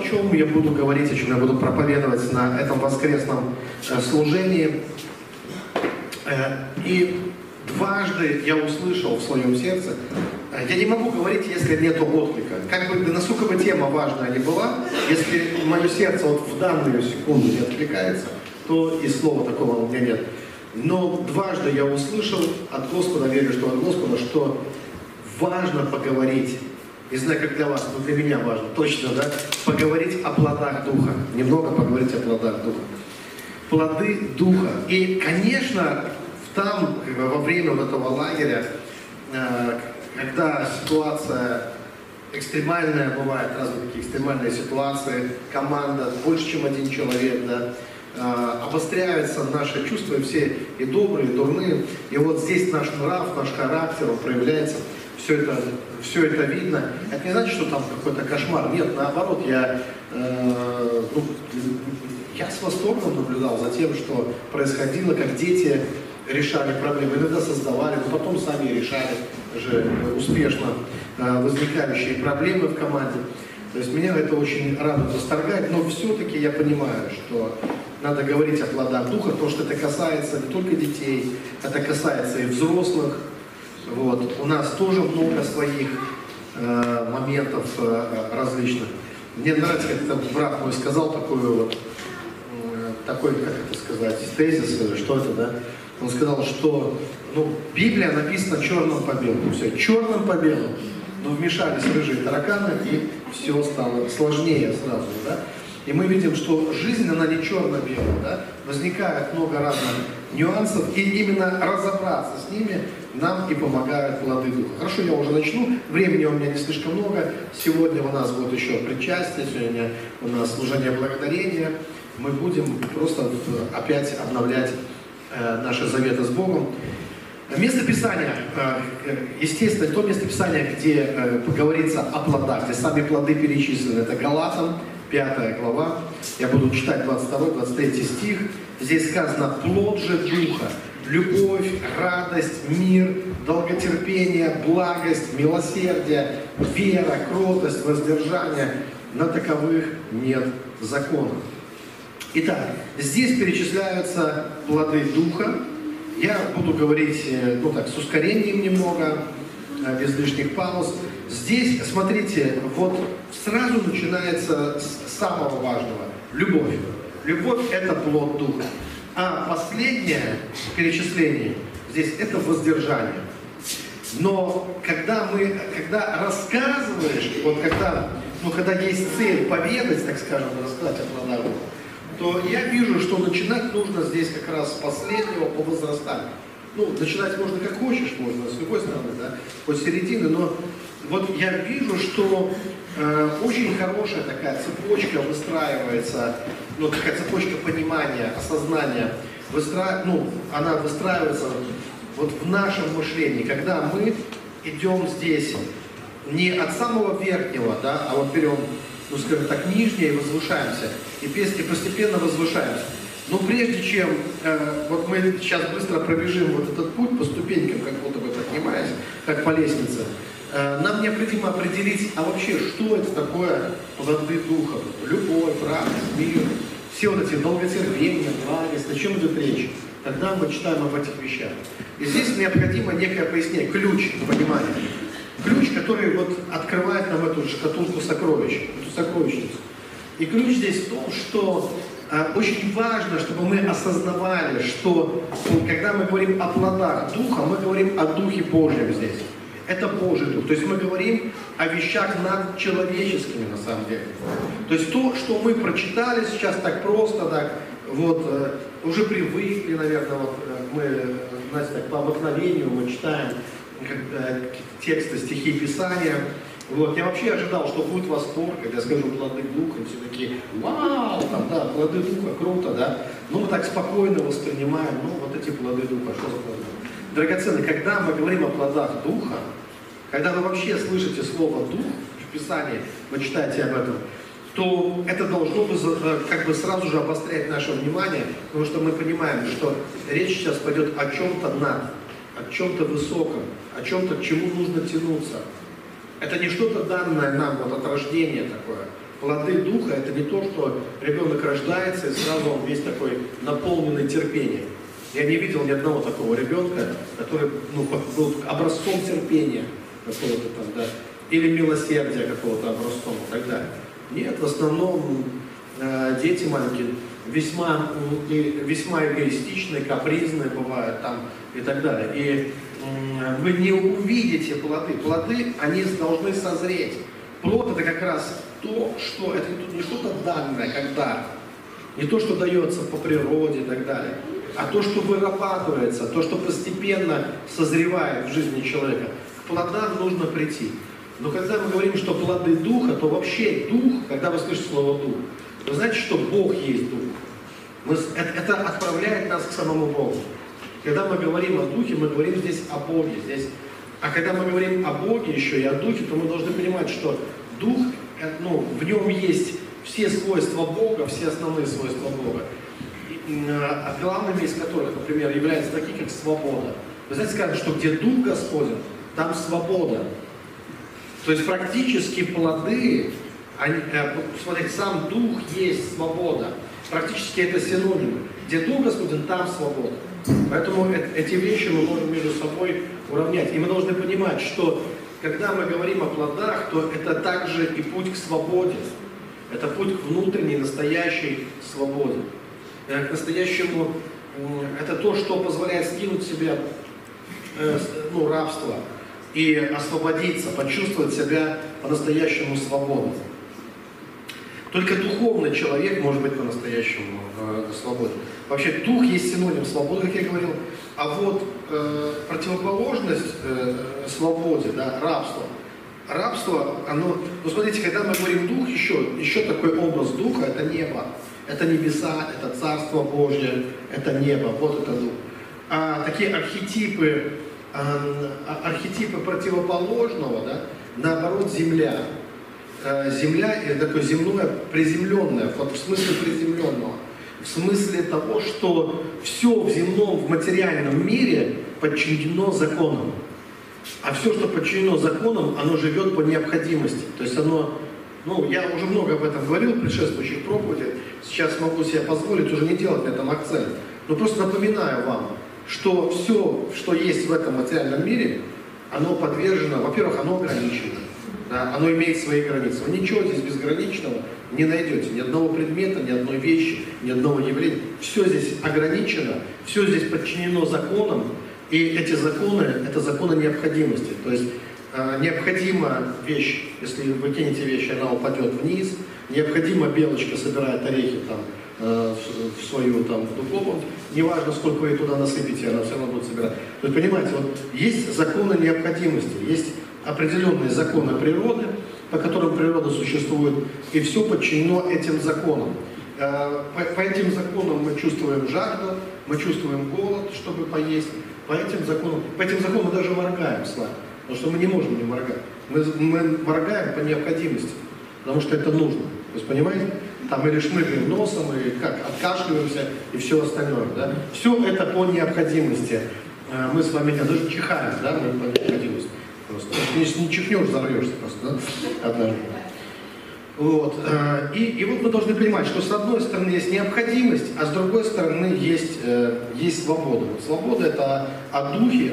чем я буду говорить, о чем я буду проповедовать на этом воскресном служении. И дважды я услышал в своем сердце, я не могу говорить, если нет отклика. Как бы, насколько бы тема важная ни была, если мое сердце вот в данную секунду не откликается, то и слова такого у меня нет. Но дважды я услышал от Господа, верю, что от Господа, что важно поговорить. Не знаю, как для вас, но для меня важно, точно, да? Поговорить о плодах Духа. Немного поговорить о плодах Духа. Плоды Духа. И, конечно, там, во время вот этого лагеря, когда ситуация экстремальная бывает, разные такие экстремальные ситуации, команда, больше, чем один человек, да, обостряются наши чувства, и все и добрые, и дурные. И вот здесь наш нрав, наш характер, он проявляется, все это видно. Это не значит, что там какой-то кошмар. Нет, наоборот, я с восторгом наблюдал за тем, что происходило, как дети решали проблемы, иногда создавали, но потом сами решали же успешно возникающие проблемы в команде. То есть меня это очень радует, восторгает, но все-таки я понимаю, что надо говорить о плодах Духа, потому что это касается не только детей, это касается и взрослых. Вот. У нас тоже много своих моментов различных. Мне нравится, как брат мой сказал такой, как это сказать, тезис, что это, да? Он сказал, что Библия написана черным по белому. Все, черным по белому. Но вмешались рыжие тараканы, и все стало сложнее сразу, да? И мы видим, что жизнь, она не черно-белая, да? Возникает много разных нюансов, и именно разобраться с ними нам и помогают плоды Духа. Хорошо, я уже начну. Времени у меня не слишком много. Сегодня у нас будет еще причастие, сегодня у нас служение благодарения. Мы будем просто опять обновлять наши заветы с Богом. Место Писания, естественно, то место Писания, где говорится о плодах, где сами плоды перечислены, это Галатам, 5 глава. Я буду читать 22-23 стих. Здесь сказано: плод же Духа, любовь, радость, мир, долготерпение, благость, милосердие, вера, кротость, воздержание. На таковых нет закона. Итак, здесь перечисляются плоды Духа. Я буду говорить, с ускорением немного, без лишних пауз. Здесь, смотрите, вот сразу начинается с самого важного – любовь. Любовь – это плод Духа. А последнее перечисление здесь – это воздержание. Но когда рассказываешь, когда есть цель поведать, так скажем, рассказать о плодах Духа, то я вижу, что начинать нужно здесь как раз с последнего по возрастанию. Начинать можно как хочешь, можно с любой стороны, да, хоть середины, но вот я вижу, что очень хорошая такая цепочка выстраивается, такая цепочка понимания, осознания, она выстраивается вот в нашем мышлении, когда мы идем здесь не от самого верхнего, да, а вот берем, скажем так, нижнее и возвышаемся, и постепенно возвышаемся. Но прежде чем, мы сейчас быстро пробежим вот этот путь по ступенькам, как будто бы поднимаясь, как по лестнице, нам необходимо определить, а вообще, что это такое плоды Духа? Любовь, радость, мир, все вот эти долготерпения, благость, о чем идет речь, когда мы читаем об этих вещах. И здесь необходимо некое пояснение, ключ понимания. Ключ, который открывает нам эту шкатулку сокровищ, эту сокровищницу. И ключ здесь в том, что очень важно, чтобы мы осознавали, что когда мы говорим о плодах Духа, мы говорим о Духе Божьем здесь. Это Божий Дух. То есть мы говорим о вещах надчеловеческими на самом деле. То есть то, что мы прочитали сейчас так просто, так уже привыкли, наверное, мы, знаете, так по обыкновению мы читаем тексты, стихи Писания. Я вообще ожидал, что будет восторг, когда я скажу плоды Духа, и все такие: вау, плоды Духа, круто, да? Мы так спокойно воспринимаем, эти плоды Духа, что за плоды? Драгоценные, когда мы говорим о плодах Духа, когда вы вообще слышите слово Дух в Писании, вы читаете об этом, то это должно сразу же обострять наше внимание, потому что мы понимаем, что речь сейчас пойдет о чем-то о чем-то высоком, о чем-то, к чему нужно тянуться. Это не что-то данное нам от рождения такое. Плоды Духа — это не то, что ребенок рождается и сразу он весь такой наполненный терпением. Я не видел ни одного такого ребенка, который был образцом терпения какого-то там, да, или милосердия какого-то образцом и так далее. Нет, в основном дети маленькие весьма эгоистичные, капризные бывают там и так далее. И вы не увидите плоды. Плоды, они должны созреть. Плод — это как раз то, что это не что-то данное, как дар, не то, что дается по природе и так далее, а то, что вырабатывается, то, что постепенно созревает в жизни человека. К плодам нужно прийти. Но когда мы говорим, что плоды Духа, то вообще Дух, когда вы слышите слово Дух, вы знаете, что Бог есть Дух. Это отправляет нас к самому Богу. Когда мы говорим о Духе, мы говорим здесь о Боге. А когда мы говорим о Боге еще и о Духе, то мы должны понимать, что Дух, в нем есть все свойства Бога, все основные свойства Бога. Главными из которых, например, являются такие, как свобода. Вы знаете, сказано, что где Дух Господень, там свобода. То есть практически плоды, смотрите, сам Дух есть свобода. Практически это синонимы. Где Дух Господень, там свобода. Поэтому эти вещи мы можем между собой уравнять. И мы должны понимать, что когда мы говорим о плодах, то это также и путь к свободе. Это путь к внутренней, настоящей свободе. К настоящему, это то, что позволяет скинуть с себя рабство и освободиться, почувствовать себя по-настоящему свободным. Только духовный человек может быть по-настоящему свободен. Вообще дух есть синоним свободы, как я говорил, а вот противоположность свободе, да, рабство. Рабство, оно, смотрите, когда мы говорим дух, еще такой образ духа — это небо, это небеса, это Царство Божье, это небо, вот это дух. А такие архетипы противоположного, да, наоборот, земля. Земля — это такое земное, приземленное, в смысле приземленного. В смысле того, что все в земном, в материальном мире подчинено законам. А все, что подчинено законам, оно живет по необходимости. То есть оно, я уже много об этом говорил в предшествующих проповедях, сейчас могу себе позволить уже не делать на этом акцент. Но просто напоминаю вам, что все, что есть в этом материальном мире, оно подвержено, во-первых, оно ограничено. Да, оно имеет свои границы. Вы ничего здесь безграничного не найдете. Ни одного предмета, ни одной вещи, ни одного явления. Все здесь ограничено, все здесь подчинено законам. И эти законы — это законы необходимости. То есть необходима вещь, если вы кинете вещь, она упадет вниз. Необходимо белочка собирает орехи в свою духовку. Неважно, сколько вы туда насыпите, она все равно будет собирать. То есть, понимаете, вот есть законы необходимости, есть определенные законы природы, по которым природа существует, и все подчинено этим законам. По этим законам мы чувствуем жажду, мы чувствуем голод, чтобы поесть. По этим законам мы даже моргаем с вами, потому что мы не можем не моргать. Мы моргаем по необходимости, потому что это нужно. То есть, понимаете, там или шмыгаем носом, или откашливаемся, и все остальное. Да? Все это по необходимости. Мы с вами даже чихаем, да, мы по необходимости. Просто. Если не чихнешь, взорвешься просто, да? Однажды. Вот. И вот мы должны понимать, что с одной стороны есть необходимость, а с другой стороны есть свобода. Вот свобода — это о духе,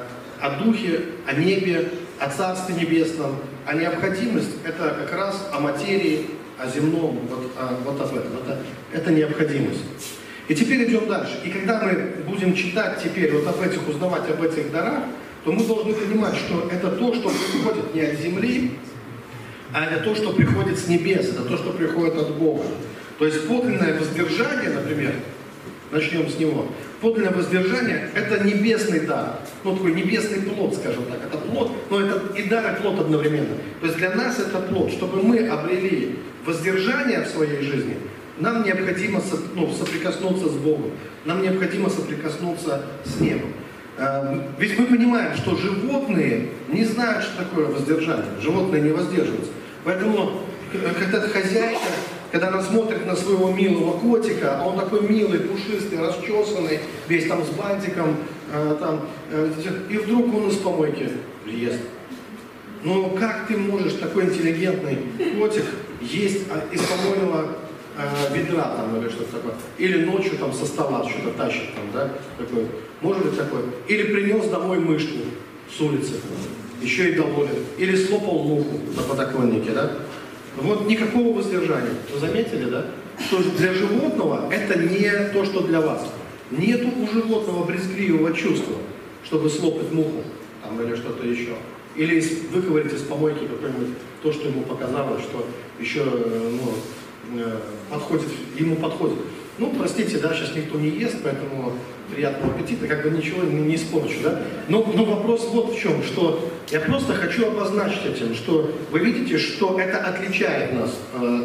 о небе, о Царстве Небесном, а необходимость — это как раз о материи, о земном, вот об этом. Это необходимость. И теперь идем дальше. И когда мы будем читать теперь узнавать об этих дарах, то мы должны понимать, что это то, что приходит не от земли, а это то, что приходит с небес, это то, что приходит от Бога. То есть подлинное воздержание, например, начнем с него. Подлинное воздержание — это небесный дар. Такой небесный плод, скажем так. Это плод, но это и дар, и плод одновременно. То есть для нас это плод. Чтобы мы обрели воздержание в своей жизни, нам необходимо соприкоснуться с Богом. Нам необходимо соприкоснуться с небом. Ведь мы понимаем, что животные не знают, что такое воздержание. Животные не воздерживаются. Поэтому, когда хозяйка, когда она смотрит на своего милого котика, а он такой милый, пушистый, расчесанный, весь с бантиком, и вдруг он из помойки ест. Но как ты можешь, такой интеллигентный котик, есть из помойного ведра там или что-то такое? Или ночью там со стола что-то тащит там, да? Такой. Может быть такое? Или принес домой мышку с улицы, еще и доволен. Или слопал муху на подоконнике, да? Вот никакого воздержания. Вы заметили, да? Что для животного это не то, что для вас. Нету у животного брезгливого чувства, чтобы слопать муху там, или что-то еще. Или выковырять из помойки какое-нибудь то, что ему показалось, что еще подходит, ему подходит. Ну, простите, да, сейчас никто не ест, поэтому приятного аппетита, как бы ничего не испорчу, да. Но вопрос вот в чем, что я просто хочу обозначить этим, что вы видите, что это отличает нас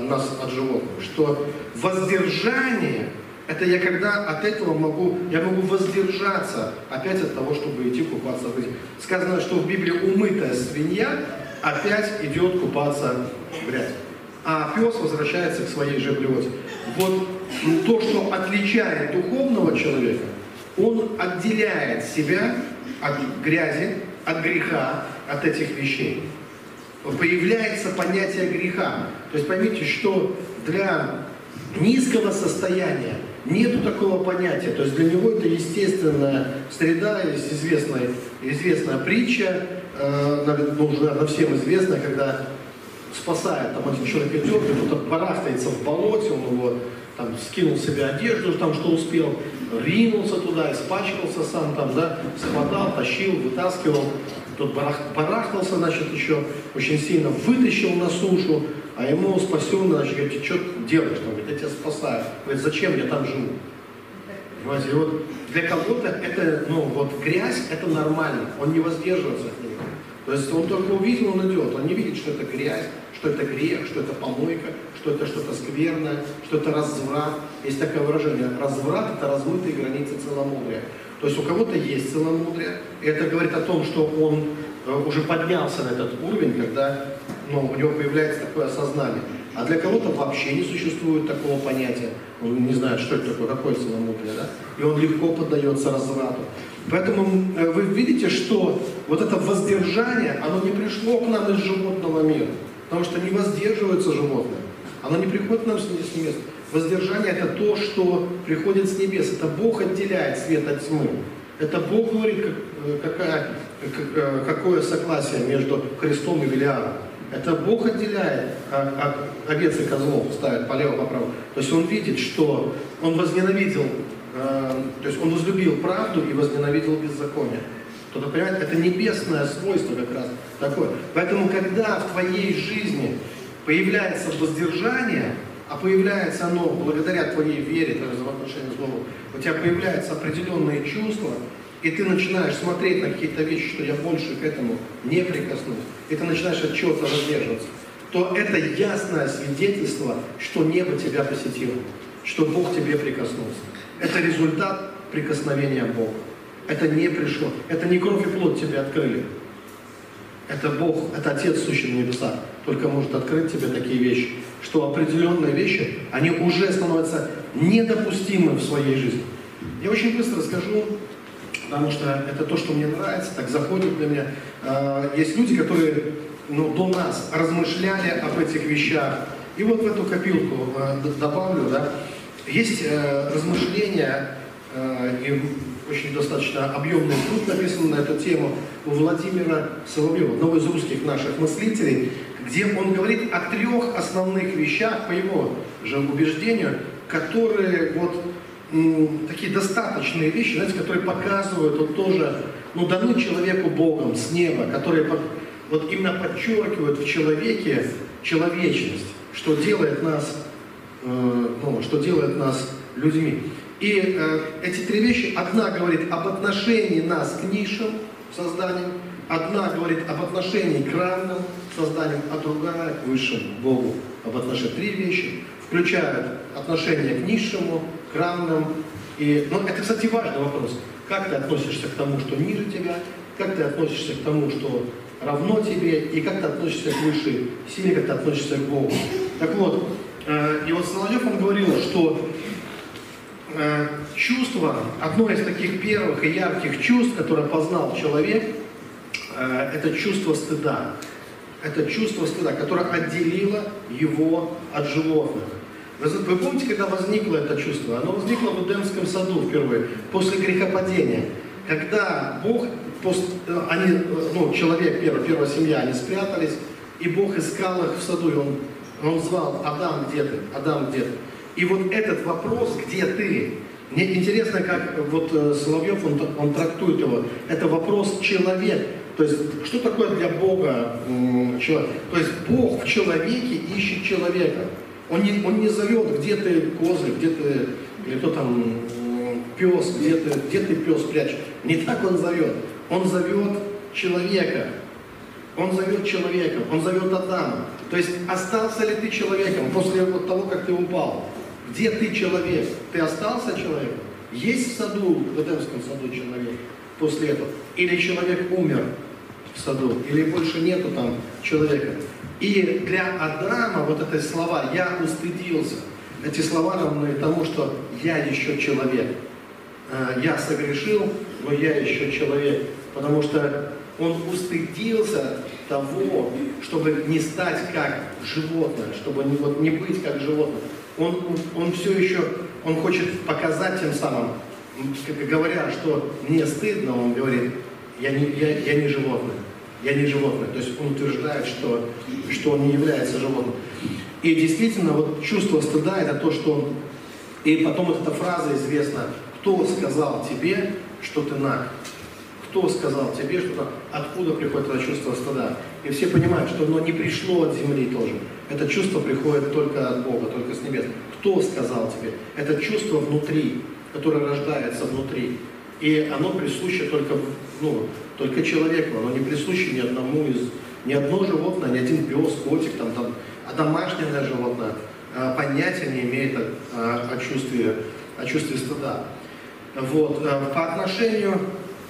от животных, что воздержание, это я когда от этого могу воздержаться опять от того, чтобы идти купаться в грязи. Сказано, что в Библии умытая свинья опять идет купаться в грязь. А пес возвращается к своей же блюде. Вот то, что отличает духовного человека, он отделяет себя от грязи, от греха, от этих вещей. Появляется понятие греха. То есть поймите, что для низкого состояния нету такого понятия. То есть для него это естественная среда, есть известная притча, наверное, всем известная, когда спасает, там один человек идет, кто-то барахтается в болоте, он его там скинул себе одежду, там что успел, ринулся туда, испачкался сам там, да, схватал, тащил, вытаскивал, тот барахтался, значит, еще очень сильно вытащил на сушу, а ему спасенный, значит, говорит, что ты делаешь? Он говорит, я тебя спасаю. Говорит, зачем я там живу? Понимаете, вот для кого-то это, грязь это нормально, он не воздерживается от нее. То есть он только увидел, он идет, он не видит, что это грязь, что это грех, что это помойка, что это что-то скверное, что это разврат. Есть такое выражение, разврат это размытые границы целомудрия. То есть у кого-то есть целомудрие, и это говорит о том, что он уже поднялся на этот уровень, когда у него появляется такое осознание. А для кого-то вообще не существует такого понятия. Он не знает, что это такое, какое целомудрие, да? И он легко поддается разврату. Поэтому вы видите, что вот это воздержание, оно не пришло к нам из животного мира. Потому что не воздерживаются животные. Оно не приходит к нам с небес. Воздержание это то, что приходит с небес. Это Бог отделяет свет от тьмы. Это Бог говорит, какое согласие между Христом и Велиаром. Это Бог отделяет овец и козлов, ставит полево-поправо. То есть он видит, что он возненавидел, то есть он возлюбил правду и возненавидел беззаконие. Кто-то понимает, это небесное свойство как раз такое. Поэтому, когда в твоей жизни появляется воздержание, а появляется оно благодаря твоей вере, твоему взаимоотношению с Богом, у тебя появляются определенные чувства, и ты начинаешь смотреть на какие-то вещи, что я больше к этому не прикоснусь, и ты начинаешь от чего-то воздерживаться, то это ясное свидетельство, что небо тебя посетило, что Бог тебе прикоснулся. Это результат прикосновения Бога. Это не пришло. Это не кровь и плоть тебе открыли. Это Бог, это Отец, сущий на небесах, только может открыть тебе такие вещи, что определенные вещи, они уже становятся недопустимы в своей жизни. Я очень быстро скажу, потому что это то, что мне нравится, так заходит для меня. Есть люди, которые до нас размышляли об этих вещах. И вот в эту копилку добавлю, да, есть размышления, и очень достаточно объемный труд написан на эту тему у Владимира Соловьева, одного из русских наших мыслителей, где он говорит о 3 основных вещах, по его же убеждению, которые такие достаточные вещи, знаете, которые показывают тоже, даны человеку Богом с неба, которые именно подчеркивают в человеке человечность, что делает нас людьми. И эти 3 вещи, одна говорит об отношении нас к низшим созданиям, одна говорит об отношении к равным созданиям, а другая к высшему Богу. Об отношении 3 вещи включают отношение к низшему, к равным. Это, кстати, важный вопрос. Как ты относишься к тому, что ниже тебя, как ты относишься к тому, что равно тебе, и как ты относишься к высшей силе, как ты относишься к Богу. Так вот, и вот Соловьев, он говорил, что чувство, одно из таких первых и ярких чувств, которое познал человек, это чувство стыда. это чувство стыда, которое отделило его от животных. Вы помните, когда возникло это чувство? Оно возникло в Эдемском саду впервые, после грехопадения. Когда Бог, человек, первая семья, они спрятались, и Бог искал их в саду, и он звал: Адам, где ты? Адам, где ты? И вот этот вопрос: где ты? Мне интересно, как вот Соловьев, он трактует его. Это вопрос человек. То есть, что такое для Бога человек? То есть, Бог в человеке ищет человека. Он не зовет: где ты, козы, где ты, или кто там, пес, где ты пес прячешь. Не так он зовет. Он зовет человека. Он зовет человека, он зовет Адама. То есть, остался ли ты человеком после того, как ты упал? Где ты человек? Ты остался человеком? Есть в саду, в Эдемском саду человек после этого? Или человек умер в саду? Или больше нету там человека? И для Адама вот эти слова «я устыдился», эти слова равны тому, что я еще человек. Я согрешил, но я еще человек. Потому что он устыдился того, чтобы не стать как животное, чтобы не быть как животное. Он все еще, он хочет показать тем самым, говоря, что мне стыдно, он говорит: я не животное. Я не животное. То есть он утверждает, что он не является животным. И действительно, вот чувство стыда — это то, что... И потом вот эта фраза известна: кто сказал тебе, что ты наг? Кто сказал тебе, что откуда приходит это чувство стыда? И все понимают, что оно не пришло от земли тоже. Это чувство приходит только от Бога, только с небес. Кто сказал тебе? Это чувство внутри, которое рождается внутри. И оно присуще только человеку. Оно не присуще ни одно животное, ни один пес, котик, а домашнее животное понятия не имеет о чувстве стыда. Вот. По отношению...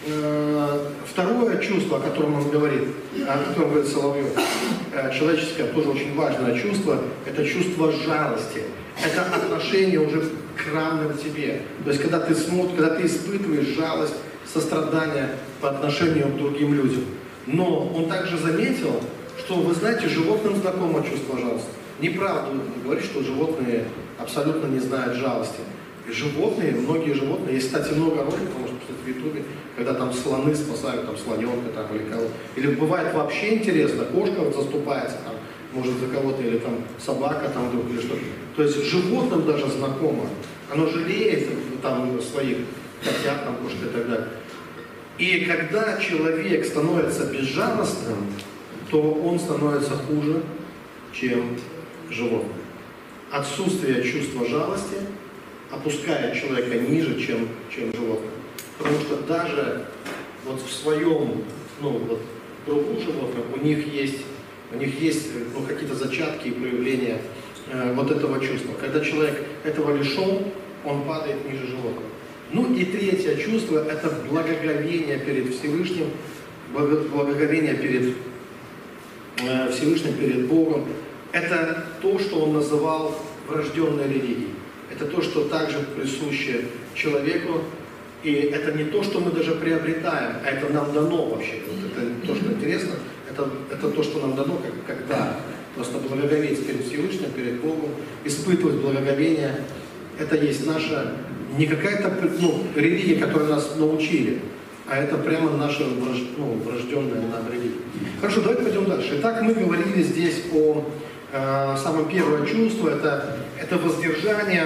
Второе чувство, о котором он говорит, Соловьев, человеческое, тоже очень важное чувство, это чувство жалости. Это отношение уже к равным тебе. То есть, когда ты смотришь, когда ты испытываешь жалость, сострадание по отношению к другим людям. Но он также заметил, что, вы знаете, животным знакомо чувство жалости. Неправда говорит, что животные абсолютно не знают жалости. Животные, многие животные, есть, кстати, много роликов, можно посмотреть в Ютубе, когда там слоны спасают, там слоненка там, или кого-то. Или бывает вообще интересно, кошка вот заступается, там, может, за кого-то, или там собака там вдруг, или что-то. То есть животным даже знакомо. Оно жалеет там своих котят, там, кошек и так далее. И когда человек становится безжалостным, то он становится хуже, чем животное. Отсутствие чувства жалости опускает человека ниже, чем животное. Потому что даже вот в своем кругу животных у них есть какие-то зачатки и проявления вот этого чувства. Когда человек этого лишен, он падает ниже животного. Ну и третье чувство — это благоговение перед Всевышним, благоговение перед Всевышним, перед Богом. Это то, что он называл врожденной религией. Это то, что также присуще человеку, и это не то, что мы даже приобретаем, а это нам дано вообще. Вот это то, что интересно, это то, что нам дано, как дар. Просто благоговеть перед Всевышним, перед Богом, испытывать благоговение. Это есть наша, не какая-то религия, которую нас научили, а это прямо наша врожденная нам религия. Хорошо, давайте пойдем дальше. Итак, мы говорили здесь о самое первое чувство, это воздержание.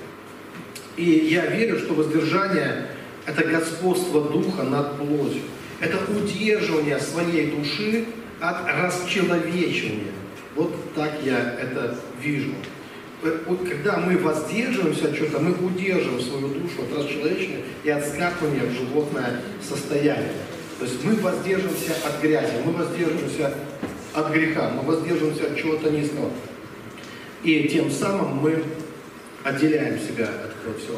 И я верю, что воздержание — это господство духа над плотью. Это удерживание своей души от расчеловечения. Вот так я это вижу. Когда мы воздерживаемся от чего-то, мы удерживаем свою душу от расчеловечения и от скатывания в животное состояние. То есть мы воздерживаемся от грязи, мы воздерживаемся от греха, мы воздерживаемся от чего-то низкого. И тем самым мы отделяем себя от этого всего.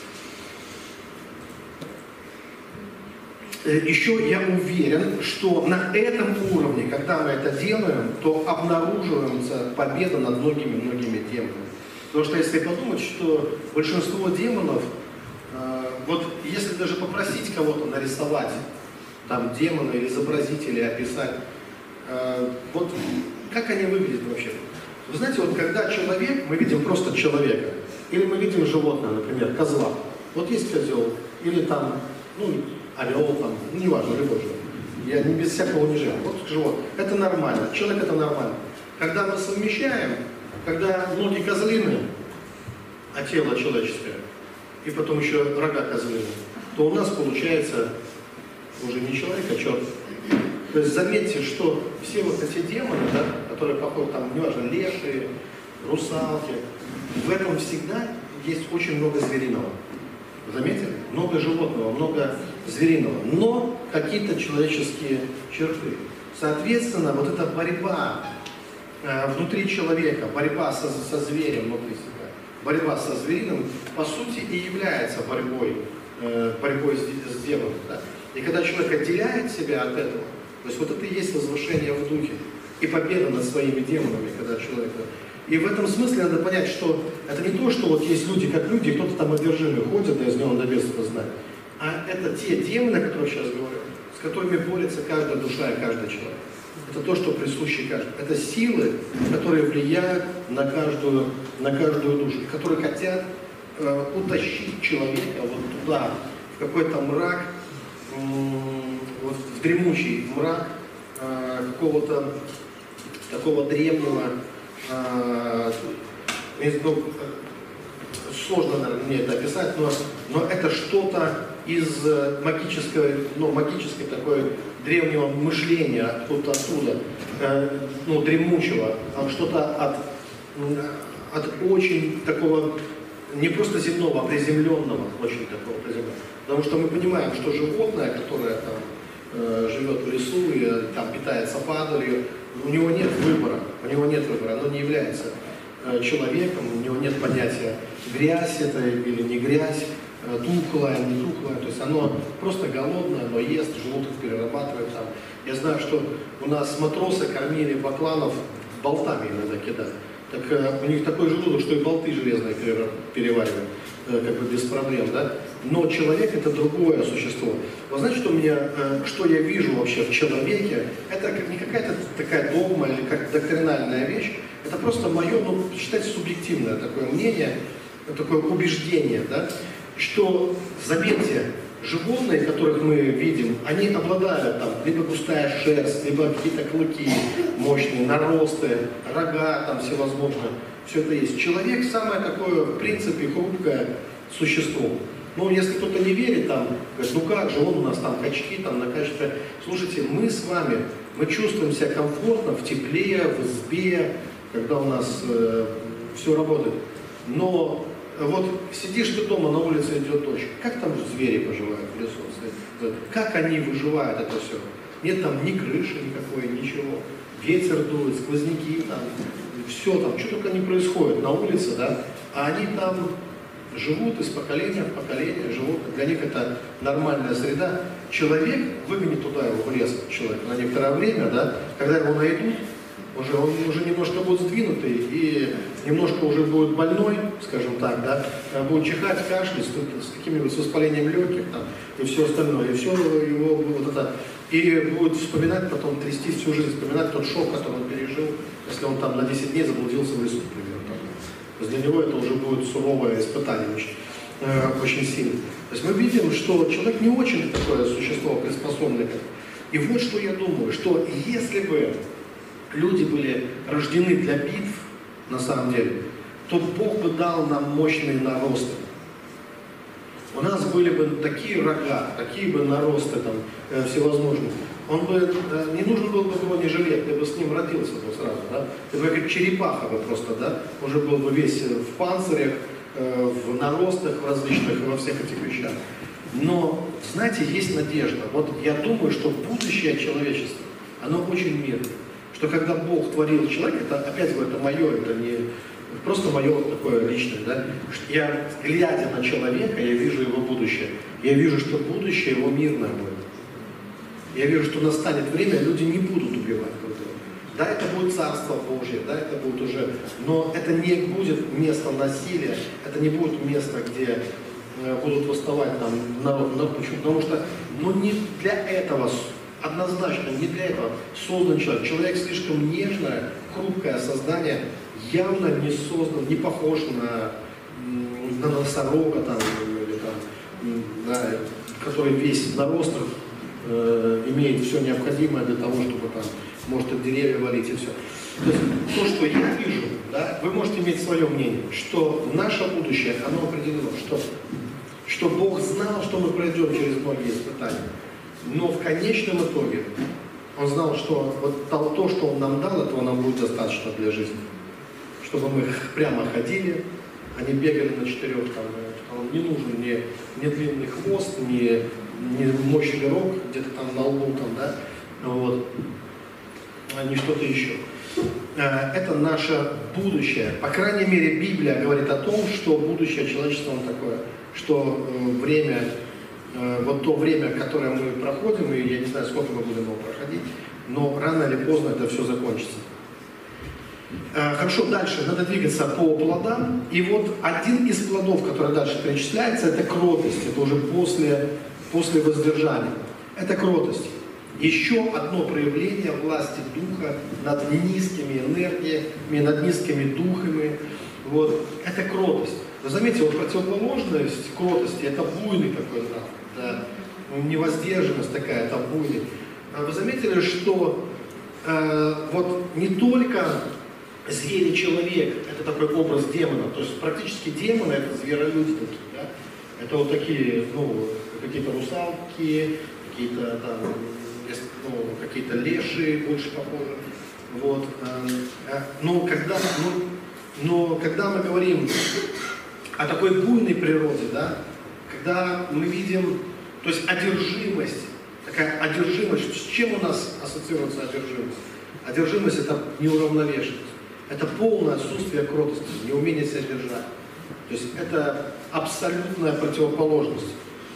Еще я уверен, что на этом уровне, когда мы это делаем, то обнаруживается победа над многими-многими демонами. Потому что если подумать, что большинство демонов, вот если даже попросить кого-то нарисовать там демона или изобразить, или описать, Вот как они выглядят вообще? Вы знаете, вот когда человек, мы видим просто человека, или мы видим животное, например, козла. Вот есть козел, или там, ну, орел, там, ну, неважно, любой животное. Я не без всякого унижения. Вот животное. Это нормально. Человек это нормально. Когда мы совмещаем, когда ноги козлины, а тело человеческое, и потом еще рога козлины, то у нас получается уже не человек, а черт. То есть заметьте, что все вот эти демоны, да, которые похожи, там, неважно, лешие, русалки, в этом всегда есть очень много звериного. Заметили? Много животного, много звериного, но какие-то человеческие черты. Соответственно, вот эта борьба внутри человека, борьба со зверем внутри себя, борьба со звериным, по сути, и является борьбой с демоном. Да? И когда человек отделяет себя от этого, то есть вот это и есть возвышение в духе и победа над своими демонами, когда человек... И в этом смысле надо понять, что это не то, что вот есть люди как люди, и кто-то там одержимый ходит, да, из него до бедства знает, а это те демоны, о которых я сейчас говорю, с которыми борется каждая душа и каждый человек. Это то, что присуще каждому. Это силы, которые влияют на каждую душу, которые хотят утащить человека вот туда, в какой-то мрак, вот в дремучий мрак какого-то такого древнего, сложно, наверное, мне это описать, но это что-то из магической такой древнего мышления, откуда оттуда, дремучего, что-то от очень такого, не просто земного, а приземленного, очень такого приземленного. Потому что мы понимаем, что животное, которое там живет в лесу и там питается падалью, у него нет выбора, оно не является человеком, у него нет понятия грязь это или не грязь, тухлое, не тухлое, то есть оно просто голодное, оно ест, желудок перерабатывает там. Я знаю, что у нас матросы кормили бакланов болтами иногда кидали. Так у них такой желудок, что и болты железные переваривают, как бы без проблем, да? Но человек это другое существо. Вы знаете, что я вижу вообще в человеке? Это не какая-то такая догма или как доктринальная вещь, это просто мое, считайте, субъективное такое мнение, такое убеждение, да? Что, заметьте, животные, которых мы видим, они обладают там либо густая шерсть, либо какие-то клыки мощные, наросты, рога там всевозможные. Все это есть. Человек самое такое, в принципе, хрупкое существо. Ну, если кто-то не верит, там, говорит, ну как же, он у нас там качки, там на качестве. Слушайте, мы с вами, мы чувствуем себя комфортно, в тепле, в избе, когда у нас все работает. Но вот сидишь ты дома, на улице идет дождь. Как там звери поживают в лесу? Как они выживают это все? Нет там ни крыши никакой, ничего. Ветер дует, сквозняки там, все там, что только не происходит на улице, да? А они там живут из поколения в поколение, живут. Для них это нормальная среда. Человек, выгонит туда его в лес, человек, на некоторое время, да? Когда его найдут, он уже немножко будет сдвинутый и немножко уже будет больной, скажем так, да, будет чихать, кашлять с каким-нибудь воспалением легких там, и все остальное, и все его вот это, и будет вспоминать, потом трястись всю жизнь, вспоминать тот шок, который он пережил, если он там на 10 дней заблудился в лесу, например. Там. То есть для него это уже будет суровое испытание очень сильно. То есть мы видим, что человек не очень такое существо приспособленное. И вот что я думаю, что если бы люди были рождены для битв, на самом деле, то Бог бы дал нам мощные наросты. У нас были бы такие рога, такие бы наросты там всевозможные. Он бы, не нужно было бы его не жалеть, ты бы с ним родился бы сразу, да? Ты бы как черепаха бы просто, да? Уже был бы весь в панцирях, в наростах различных, во всех этих вещах. Но, знаете, есть надежда. Вот я думаю, что будущее человечества, оно очень мирное. Что когда Бог творил человека, это, опять говорю, это мое, это не просто мое такое личное, да? Я, глядя на человека, я вижу его будущее. Я вижу, что будущее его мирное будет. Я вижу, что настанет время, люди не будут убивать друг друга. Да, это будет Царство Божье, да, это будет уже, но это не будет место насилия, это не будет место, где будут восставать там народ. Почему? Потому что, не для этого однозначно не для этого создан человек. Человек слишком нежное, хрупкое создание, явно не создан, не похож на носорога, там, или, там, да, который весь в наростах имеет все необходимое для того, чтобы там, может от деревья валить и все. То есть то, что я вижу, да, вы можете иметь свое мнение, что наше будущее, оно определено, что Бог знал, что мы пройдем через многие испытания. Но в конечном итоге Он знал, что вот то, что Он нам дал, этого нам будет достаточно для жизни. Чтобы мы прямо ходили, а не бегали на четырех, там, нам не нужен ни длинный хвост, ни мощный рог где-то там на лбу, там, да, вот, ни что-то еще. Это наше будущее. По крайней мере, Библия говорит о том, что будущее человечества он такое, что время, вот то время, которое мы проходим, и я не знаю, сколько мы будем его проходить, но рано или поздно это все закончится. Хорошо, дальше надо двигаться по плодам. И вот один из плодов, который дальше перечисляется, это кротость. Это уже после воздержания. Это кротость. Еще одно проявление власти Духа над низкими энергиями, над низкими духами. Вот. Это кротость. Вы заметите, вот противоположность кротости, это буйный такой нрав. Да? Невоздержанность такая, это буйный. Вы заметили, что вот не только зверь и человек, это такой образ демона, то есть практически демоны это зверолюди такие, да? Это вот такие, ну, какие-то русалки, какие-то там, ну, какие-то леши больше похожи. Вот. Но когда мы говорим о такой буйной природе, да, когда мы видим, то есть одержимость, такая одержимость, с чем у нас ассоциируется одержимость? Одержимость это неуравновешенность, это полное отсутствие кротости, неумение себя держать. То есть это абсолютная противоположность.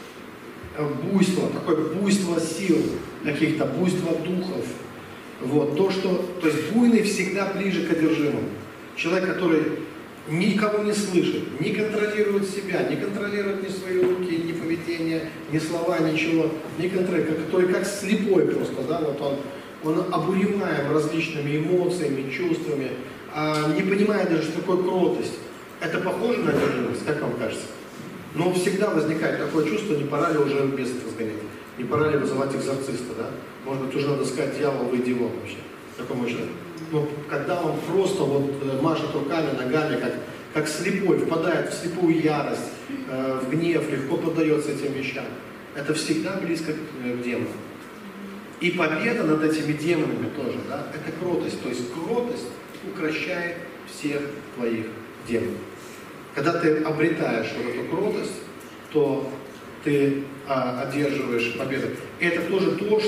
Буйство, такое буйство сил, каких-то буйство духов. Вот, то есть буйный всегда ближе к одержимому. Человек, который никого не слышит, не контролирует себя, не контролирует ни свои руки, ни поведение, ни слова, ничего, не контролирует, который как слепой просто, да, вот он обуреваем различными эмоциями, чувствами, не понимая даже, что такое кротость. Это похоже на одержимость, как вам кажется? Но всегда возникает такое чувство, не пора ли уже бесов изгонять, не пора ли вызывать экзорциста, да? Может быть, уже надо сказать, дьявол, выйди вон вообще, такому человеку. Но когда он просто вот машет руками, ногами, как слепой, впадает в слепую ярость, в гнев, легко поддается этим вещам, это всегда близко к демону. И победа над этими демонами тоже, да, это кротость. То есть кротость укрощает всех твоих демонов. Когда ты обретаешь вот эту кротость, то ты одерживаешь победу. Это тоже то,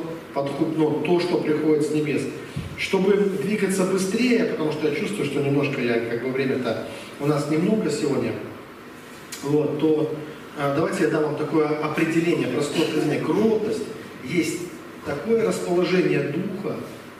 что приходит с небес. Чтобы двигаться быстрее, потому что я чувствую, что немножко время-то у нас немного сегодня, вот, то давайте я дам вам такое определение, простое определение. Кротость есть такое расположение духа,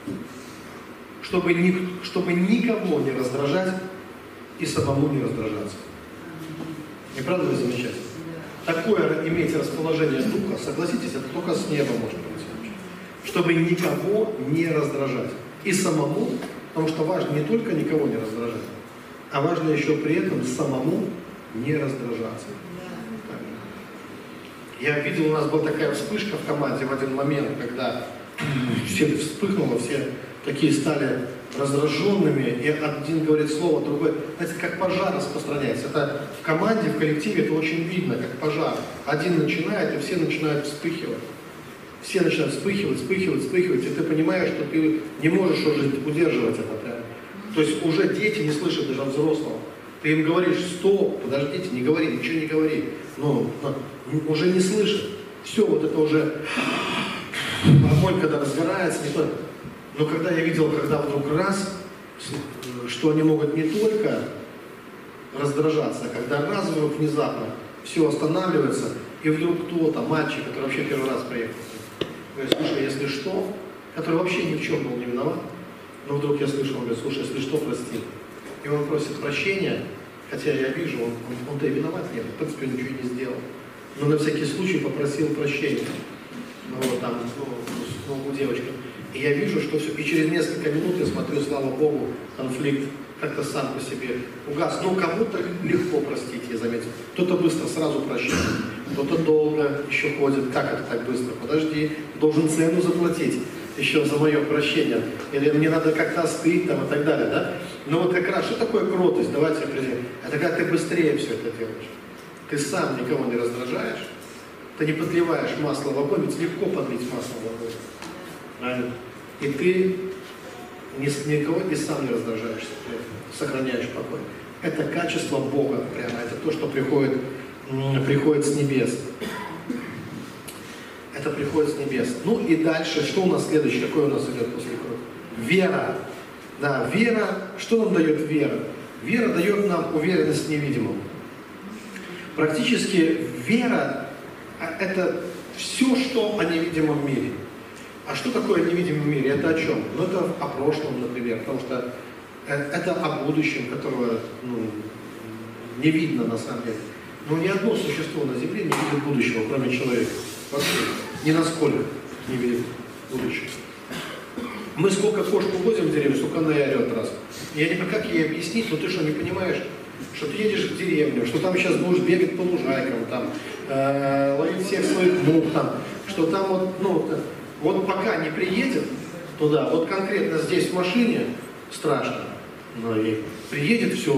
чтобы никого не раздражать и самому не раздражаться. Не правда ли замечательно? Такое иметь расположение духа, согласитесь, это только с неба может быть. Чтобы никого не раздражать. И самому, потому что важно не только никого не раздражать, а важно еще при этом самому не раздражаться. Я видел, у нас была такая вспышка в команде в один момент, когда все вспыхнуло, все такие стали раздраженными, и один говорит слово, другой, знаете, как пожар распространяется. Это в команде, в коллективе это очень видно, как пожар. Один начинает, и все начинают вспыхивать. Все начинают вспыхивать, и ты понимаешь, что ты не можешь уже удерживать это прямо. То есть уже дети не слышат даже взрослого. Ты им говоришь, стоп, подождите, не говори, ничего не говори. Но уже не слышат. Все, вот это уже огонь, когда разгорается, не только. Но когда я видел, когда вдруг раз, что они могут не только раздражаться, а когда раз вдруг внезапно все останавливается, и вдруг кто-то, мальчик, который вообще первый раз приехал, говорит, слушай, если что, который вообще ни в чем был не виноват, но вдруг я слышу, он говорит, слушай, если что, прости. И он просит прощения, хотя я вижу, он-то и виноват нет, в принципе, ничего не сделал. Но на всякий случай попросил прощения. Ну, вот там, у девочки. И я вижу, что все, и через несколько минут я смотрю, слава Богу, конфликт как-то сам по себе угас. Но кому-то легко простить, я заметил. Кто-то быстро сразу прощает, кто-то долго еще ходит. Как это так быстро? Подожди, должен цену заплатить еще за мое прощение. Или мне надо как-то остыть там и так далее, да? Но вот как раз, что такое кротость? Давайте определим. Это когда ты быстрее все это делаешь. Ты сам никого не раздражаешь, ты не подливаешь масло в огонь, ведь легко подлить масло в огонь. Правильно? И ты никого и сам не раздражаешься, сохраняешь покой. Это качество Бога прямо, это то, что приходит с небес. Это приходит с небес. Ну и дальше, что у нас следующее, какое у нас идет после крови? Вера. Да, вера, что нам дает вера? Вера дает нам уверенность в невидимом. Практически вера – это все, что о невидимом мире. А что такое невидимый мир? Это о чем? Ну, это о прошлом, например, потому что это о будущем, которого не видно на самом деле. Но ни одно существо на Земле не видит будущего, кроме человека. Вообще, ни насколько не видит будущего. Мы сколько кошку возим в деревню, сколько она и орет раз. Я не понимаю, как ей объяснить, но ты что, не понимаешь, что ты едешь в деревню, что там сейчас будешь бегать по лужайкам, там, ловить всех своих мух, там, что там вот пока не приедет туда, вот конкретно здесь в машине страшно, но ей приедет все,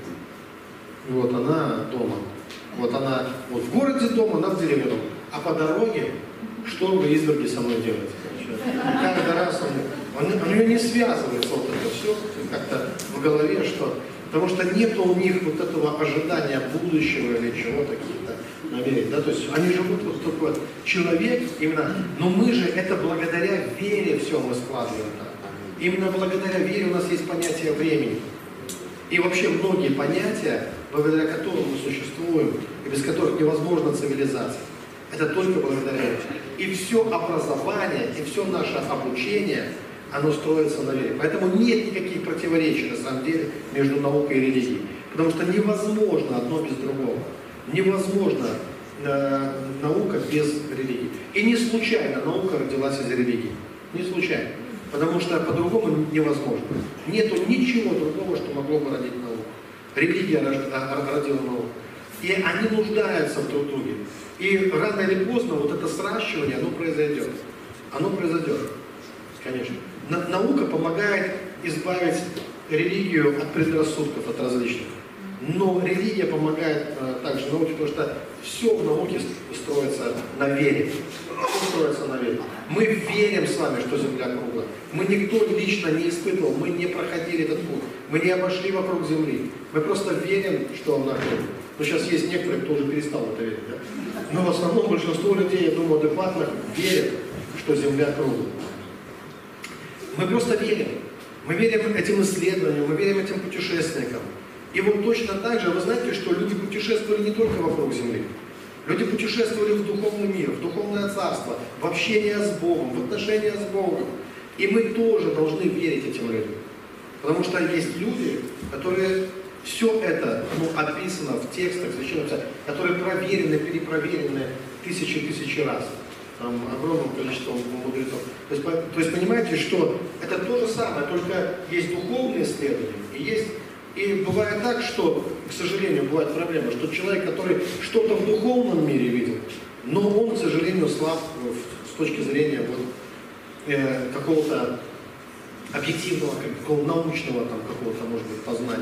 и вот она дома, вот она вот в городе дома, она в деревне дома, а по дороге что вы изверги со мной делаете? Каждый раз у нее не связывается вот это все как-то в голове, что, потому что нет у них вот этого ожидания будущего или чего-то какие-то намерения, да, то есть они живут вот такой вот человек именно, но мы же это благодаря вере все мы складываем. Именно благодаря вере у нас есть понятие времени. И вообще многие понятия, благодаря которым мы существуем, и без которых невозможна цивилизация, это только благодаря вере. И все образование, и все наше обучение, оно строится на вере. Поэтому нет никаких противоречий, на самом деле, между наукой и религией. Потому что невозможно одно без другого. Невозможно наука без религии. И не случайно наука родилась из религии. Не случайно. Потому что по-другому невозможно. Нету ничего другого, что могло бы родить науку. Религия родила науку. И они нуждаются в друг друге. И рано или поздно вот это сращивание, оно произойдет. Оно произойдет. Конечно. Наука помогает избавить религию от предрассудков, от различных. Но религия помогает также науке, потому что все в науке строится на вере. Все строится на вере. Мы верим с вами, что Земля круглая. Мы никто лично не испытывал, мы не проходили этот путь. Мы не обошли вокруг Земли. Мы просто верим, что она круглая. Но сейчас есть некоторые, кто уже перестал в это верить. Да? Но в основном большинство людей, я думаю, адекватных, верят, что Земля круглая. Мы просто верим. Мы верим этим исследованиям, мы верим этим путешественникам. И вот точно так же, вы знаете, что люди путешествовали не только вокруг Земли. Люди путешествовали в духовный мир, в духовное царство, в общение с Богом, в отношения с Богом. И мы тоже должны верить этим людям. Потому что есть люди, которые все это описано в текстах, которые проверены, перепроверены тысячи раз. Там огромным количеством мудрецов. То есть понимаете, что это то же самое, только есть духовные исследования и есть. И бывает так, что, к сожалению, бывает проблема, что человек, который что-то в духовном мире видел, но он, к сожалению, слаб с точки зрения какого-то объективного, какого-то научного какого-то, может быть, познания.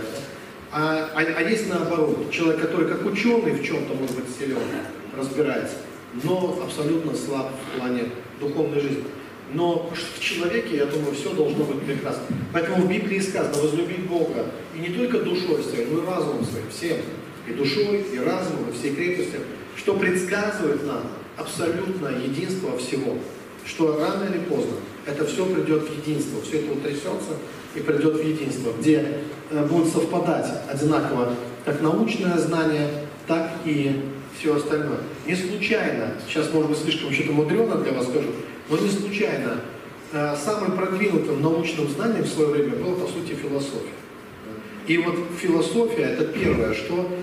А есть наоборот, человек, который как ученый в чем-то, может быть, силен, разбирается, но абсолютно слаб в плане духовной жизни. Но в человеке, я думаю, все должно быть прекрасно. Поэтому в Библии сказано возлюбить Бога и не только душой своей, но и разумом своим, всем. И душой, и разумом, и всей крепостью, что предсказывает нам абсолютное единство всего. Что рано или поздно это все придет в единство, все это утрясется и придет в единство, где будет совпадать одинаково как научное знание, так и все остальное. Не случайно, сейчас, может быть, слишком что-то мудрено для вас скажу, но не случайно самым продвинутым научным знанием в свое время была, по сути, философия. И вот философия – это первое,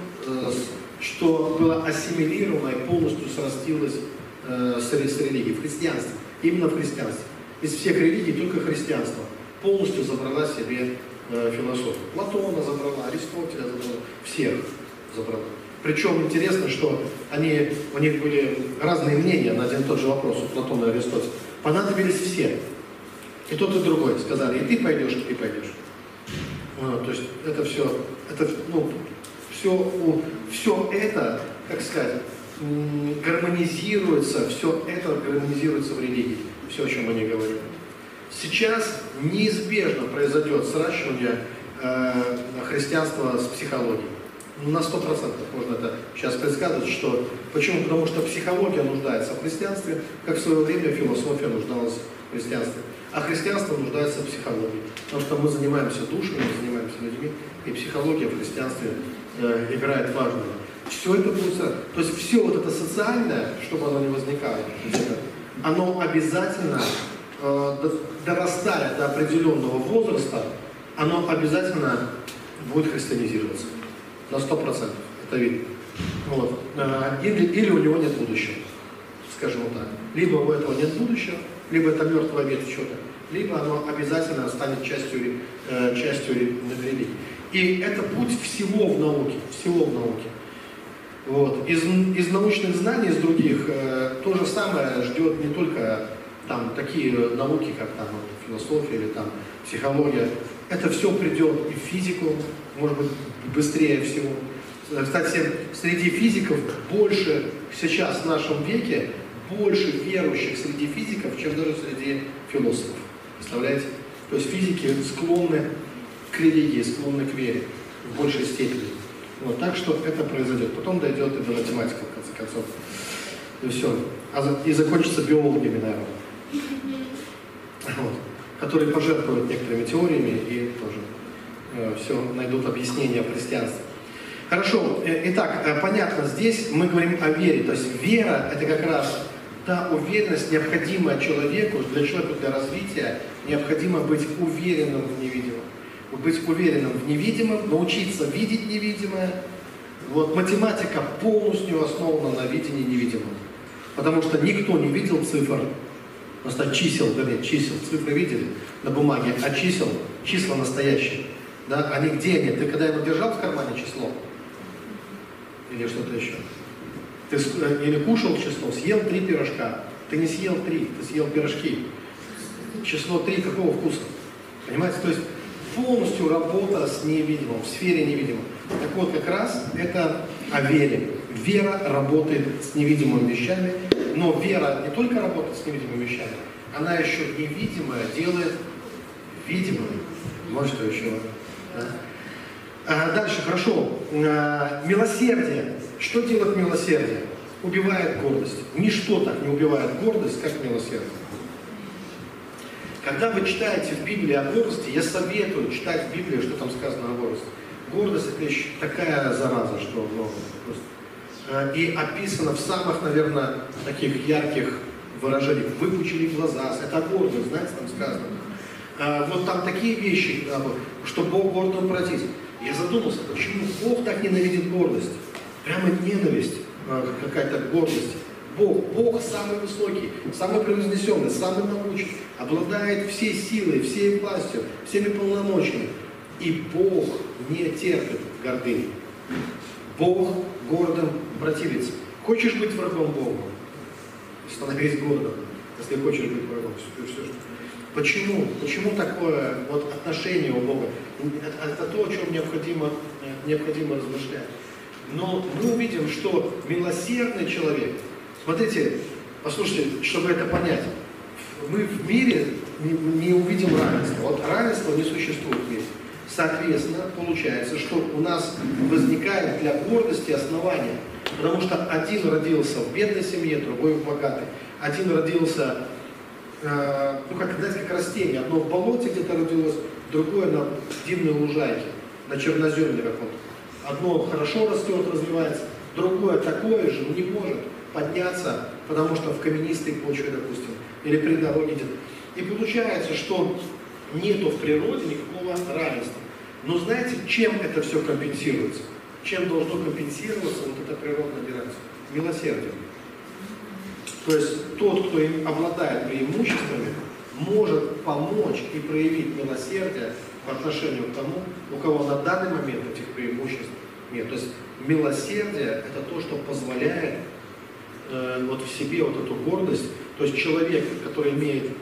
что было ассимилировано и полностью срастилось с религией, в христианстве, именно в христианстве. Из всех религий только христианство полностью забрала себе философию. Платона забрала, Аристотеля забрала, всех забрала. Причем интересно, что у них были разные мнения на один и тот же вопрос у Платона и Аристотеля. Понадобились все. И тот, и другой сказали, и ты пойдешь, и ты пойдешь. То есть это все, все это, как сказать, гармонизируется, все это гармонизируется в религии, все, о чем мы не говорим. Сейчас неизбежно произойдет сращивание христианства с психологией. На 100% можно это сейчас предсказывать, что... Почему? Потому что психология нуждается в христианстве, как в свое время философия нуждалась в христианстве. А христианство нуждается в психологии. Потому что мы занимаемся душами, мы занимаемся людьми, и психология в христианстве играет важную роль. Все это будет... То есть все вот это социальное, чтобы оно не возникало, оно обязательно, дорастая до определенного возраста, оно обязательно будет христианизироваться. На 100%. Это видно. Вот. Или у него нет будущего. Скажем так. Либо у этого нет будущего, либо это мертвая ветвь чего-то, либо оно обязательно станет частью религии. И это путь всего в науке. Всего в науке. Вот. Из научных знаний, из других, то же самое ждет не только там, такие науки, как там, философия или там, психология. Это все придет и в физику, может быть, быстрее всего. Кстати, среди физиков больше сейчас в нашем веке, больше верующих среди физиков, чем даже среди философов. Представляете? То есть физики склонны к религии, склонны к вере в большей степени. Вот, так что это произойдет. Потом дойдет и до математики, в конце концов. И все. И закончится биологами, наверное. Вот. Которые пожертвуют некоторыми теориями и тоже все найдут объяснение в христианстве. Хорошо. Итак, понятно, здесь мы говорим о вере. То есть вера – это как раз та уверенность, необходимая человеку, для развития, необходимо быть уверенным в невидимом. Быть уверенным в невидимом, научиться видеть невидимое. Вот, математика полностью основана на видении невидимого. Потому что никто не видел цифр, просто чисел, цифры видели на бумаге, а числа настоящие. Да? Они где они? Ты когда-нибудь держал в кармане число? Или что-то еще? Ты или кушал число, съел 3 пирожка. Ты не съел 3, ты съел пирожки. Число 3 какого вкуса? Понимаете? То есть полностью работа с невидимым, в сфере невидимого. Так вот, как раз это о вере. Вера работает с невидимыми вещами, но вера не только работает с невидимыми вещами, она еще невидимое делает видимым. Вот что еще. Да? Дальше, хорошо. Милосердие. Что делает милосердие? Убивает гордость. Ничто так не убивает гордость, как милосердие. Когда вы читаете в Библии о гордости, я советую читать в Библии, что там сказано о гордости. Гордость – это еще такая зараза, что просто. И описано в самых, наверное, таких ярких выражениях. Выпучили глаза, это гордость, знаете, там сказано. Вот там такие вещи, что Бог гордым противится. Я задумался, почему Бог так ненавидит гордость? Прямо ненависть, какая-то гордость. Бог самый высокий, самый превознесенный, самый могучий, обладает всей силой, всей властью, всеми полномочиями. И Бог не терпит гордыни. Бог гордым противится. Хочешь быть врагом Бога? Становись гордым, если хочешь быть врагом. Почему? Почему такое вот отношение у Бога? Это то, о чем необходимо размышлять. Но мы увидим, что милосердный человек, смотрите, послушайте, чтобы это понять, мы в мире не увидим равенства. Вот равенства не существует в мире. Соответственно, получается, что у нас возникает для гордости основания. Потому что один родился в бедной семье, другой в богатой. Один родился, как растение. Одно в болоте где-то родилось, другое на дивной лужайке, на черноземле каком-то. Одно хорошо растет, развивается, другое такое же, но не может подняться, потому что в каменистой почве, допустим, или при дороге где-то. И получается, что нету в природе никакого равенства. Но знаете, чем это все компенсируется? Чем должно компенсироваться вот это природное неравенство? Милосердием. То есть тот, кто им обладает преимуществами, может помочь и проявить милосердие по отношению к тому, у кого на данный момент этих преимуществ нет. То есть милосердие – это то, что позволяет вот в себе вот эту гордость. То есть человек, который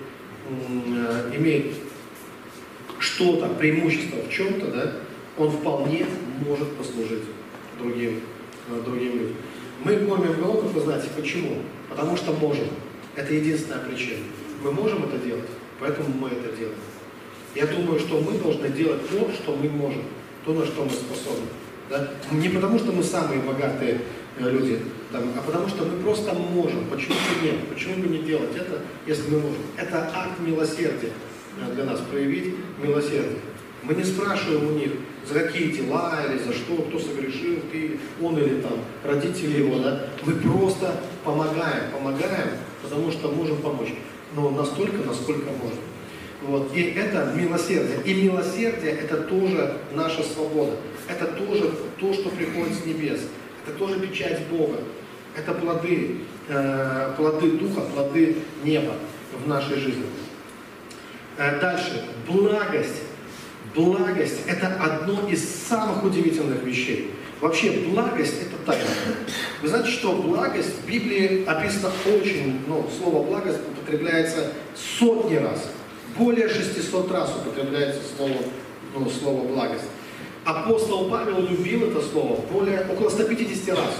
имеет что-то, преимущество в чем-то, да, он вполне может послужить другим людям. Мы кормим голодных, вы знаете, почему? Потому что можем. Это единственная причина. Мы можем это делать, поэтому мы это делаем. Я думаю, что мы должны делать то, что мы можем, то, на что мы способны. Да? Не потому, что мы самые богатые люди, а потому что мы просто можем. Почему бы нет? Почему бы не делать это, если мы можем? Это акт милосердия для нас, проявить милосердие. Мы не спрашиваем у них, за какие дела или за что, кто согрешил, он или там родители его. Да? Мы просто помогаем, потому что можем помочь. Но настолько, насколько можем. Вот. И это милосердие. И милосердие – это тоже наша свобода. Это тоже то, что приходит с небес. Это тоже печать Бога. Это плоды Духа, плоды неба в нашей жизни. Дальше. Благость. Благость – это одно из самых удивительных вещей. Вообще, благость – это тайна. Вы знаете, что благость в Библии описано очень, слово благость употребляется сотни раз. Более 600 раз употребляется слово благость. Апостол Павел любил это слово около 150 раз.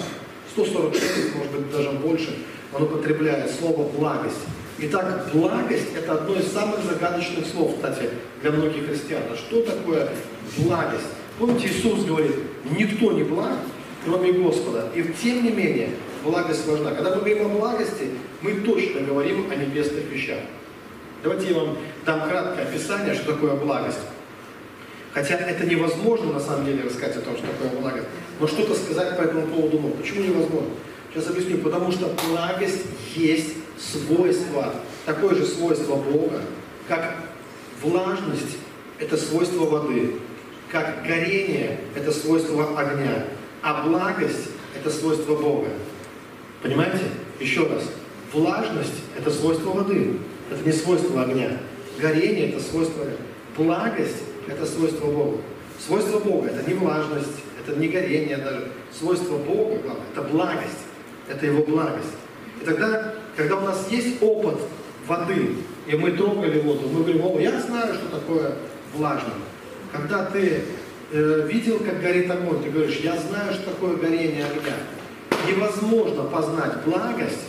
146, может быть, даже больше, он употребляет слово благость. Итак, благость – это одно из самых загадочных слов, кстати, для многих христиан. А что такое благость? Помните, Иисус говорит, никто не благ, кроме Господа. И тем не менее, благость важна. Когда мы говорим о благости, мы точно говорим о небесных вещах. Давайте я вам дам краткое описание, что такое благость. Хотя это невозможно на самом деле рассказать о том, что такое благость. Но что-то сказать по этому поводу можно. Почему невозможно? Сейчас объясню. Потому что благость есть свойство, такое же свойство Бога, как влажность – это свойство воды, как горение – это свойство огня, а благость – это свойство Бога. Понимаете? Еще раз. Влажность – это свойство воды, это не свойство огня. Горение – это свойство огня. Благость – это свойство Бога. Свойство Бога – это не влажность, это не горение даже. Свойство Бога, главное, это благость, это Его благость. И тогда, когда у нас есть опыт воды, и мы трогали воду, мы говорим, я знаю, что такое влажно. Когда ты видел, как горит огонь, ты говоришь, я знаю, что такое горение огня. Невозможно познать благость,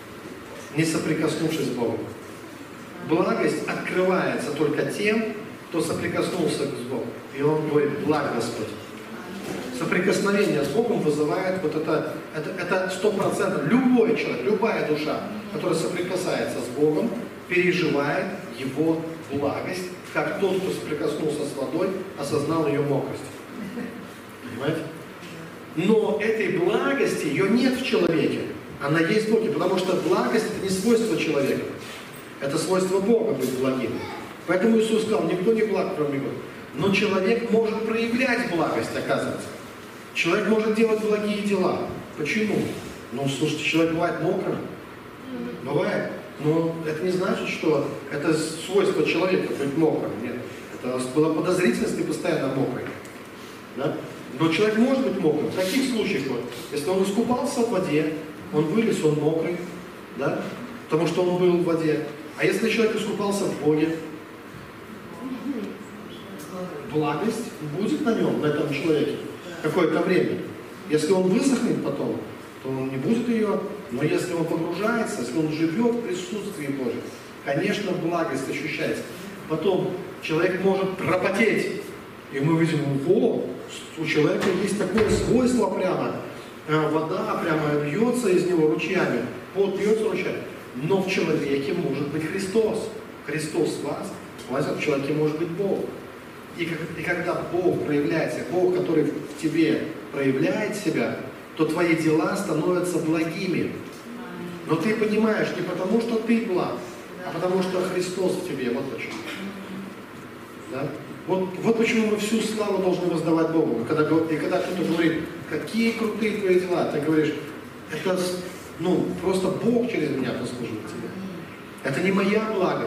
не соприкоснувшись с Богом. Благость открывается только тем, кто соприкоснулся с Богом. И он говорит, благ Господь. Соприкосновение с Богом вызывает это 100%. Любой человек, любая душа, которая соприкасается с Богом, переживает Его благость, как тот, кто соприкоснулся с водой, осознал ее мокрость. Понимаете? Но этой благости, ее нет в человеке. Она есть в Боге, потому что благость – это не свойство человека. Это свойство Бога быть благим. Поэтому Иисус сказал, никто не благ, кроме Бога. Но человек может проявлять благость, оказывается. Человек может делать благие дела. Почему? Слушайте, человек бывает мокрым. Бывает. Но это не значит, что это свойство человека быть мокрым. Нет. Это была подозрительность, ты постоянно мокрый. Да? Но человек может быть мокрым. В таких случаях, если он искупался в воде, он вылез, он мокрый, да? Потому что он был в воде. А если человек искупался в Боге, благость будет на нем, на этом человеке, какое-то время. Если он высохнет потом, то он не будет ее, но если он погружается, если он живет в присутствии Божьем, конечно, благость ощущается. Потом человек может пропотеть, и мы видим, у человека есть такое свойство прямо, вода прямо льется из него ручьями, пот льется ручьями, но в человеке может быть Христос. Христос в вас, в человеке может быть Бог. И когда Бог проявляется, Бог, который в тебе проявляет себя, то твои дела становятся благими. Но ты понимаешь не потому, что ты благ, а потому что Христос в тебе. Вот почему. Да? Вот почему мы всю славу должны воздавать Богу. И когда кто-то говорит, какие крутые твои дела, ты говоришь, это просто Бог через меня послужил тебе. Это не моя благость,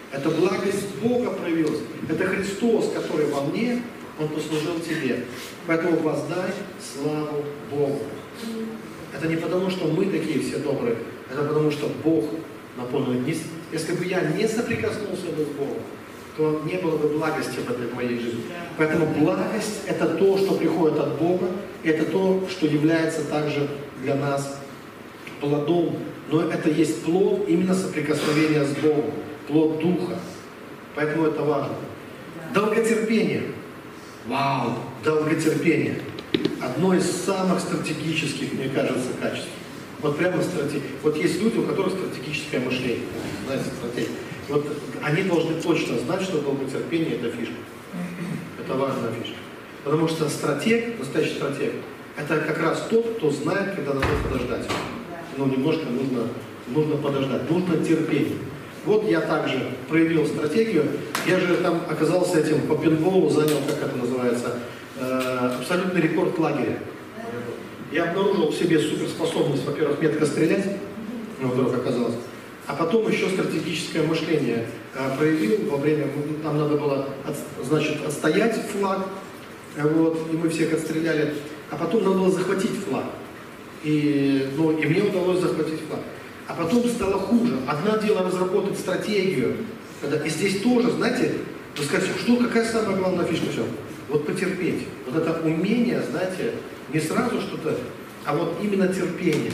Это благость Бога проявилась. Это Христос, который во мне, Он послужил тебе. Поэтому воздай славу Богу. Это не потому, что мы такие все добрые, это потому, что Бог наполнил. Если бы я не соприкоснулся бы с Богом, то не было бы благости в моей жизни. Поэтому благость – это то, что приходит от Бога, и это то, что является также для нас плодом. Но это есть плод именно соприкосновения с Богом, плод Духа. Поэтому это важно. Долготерпение. Вау, долготерпение. Одно из самых стратегических, мне кажется, качеств. Вот прямо стратегия. Вот есть люди, у которых стратегическое мышление. Знаете, стратегия. Вот они должны точно знать, что долготерпение – это фишка. Это важная фишка. Потому что стратег, настоящий стратег, это как раз тот, кто знает, когда надо подождать. Ну, немножко нужно подождать, нужно терпение. Вот я также проявил стратегию. Я же там оказался этим по пейнтболу, занял, как это называется, абсолютный рекорд лагеря. Я обнаружил в себе суперспособность, во-первых, метко стрелять, ну, вдруг оказалось, а потом еще стратегическое мышление проявил во время, нам надо было, значит, отстоять флаг, вот, и мы всех отстреляли, а потом надо было захватить флаг. И мне удалось захватить флаг. А потом стало хуже. Одно дело разработать стратегию, и здесь тоже, знаете, вы скажете, какая самая главная фишка все? Вот потерпеть. Вот это умение, знаете, не сразу что-то, а вот именно терпение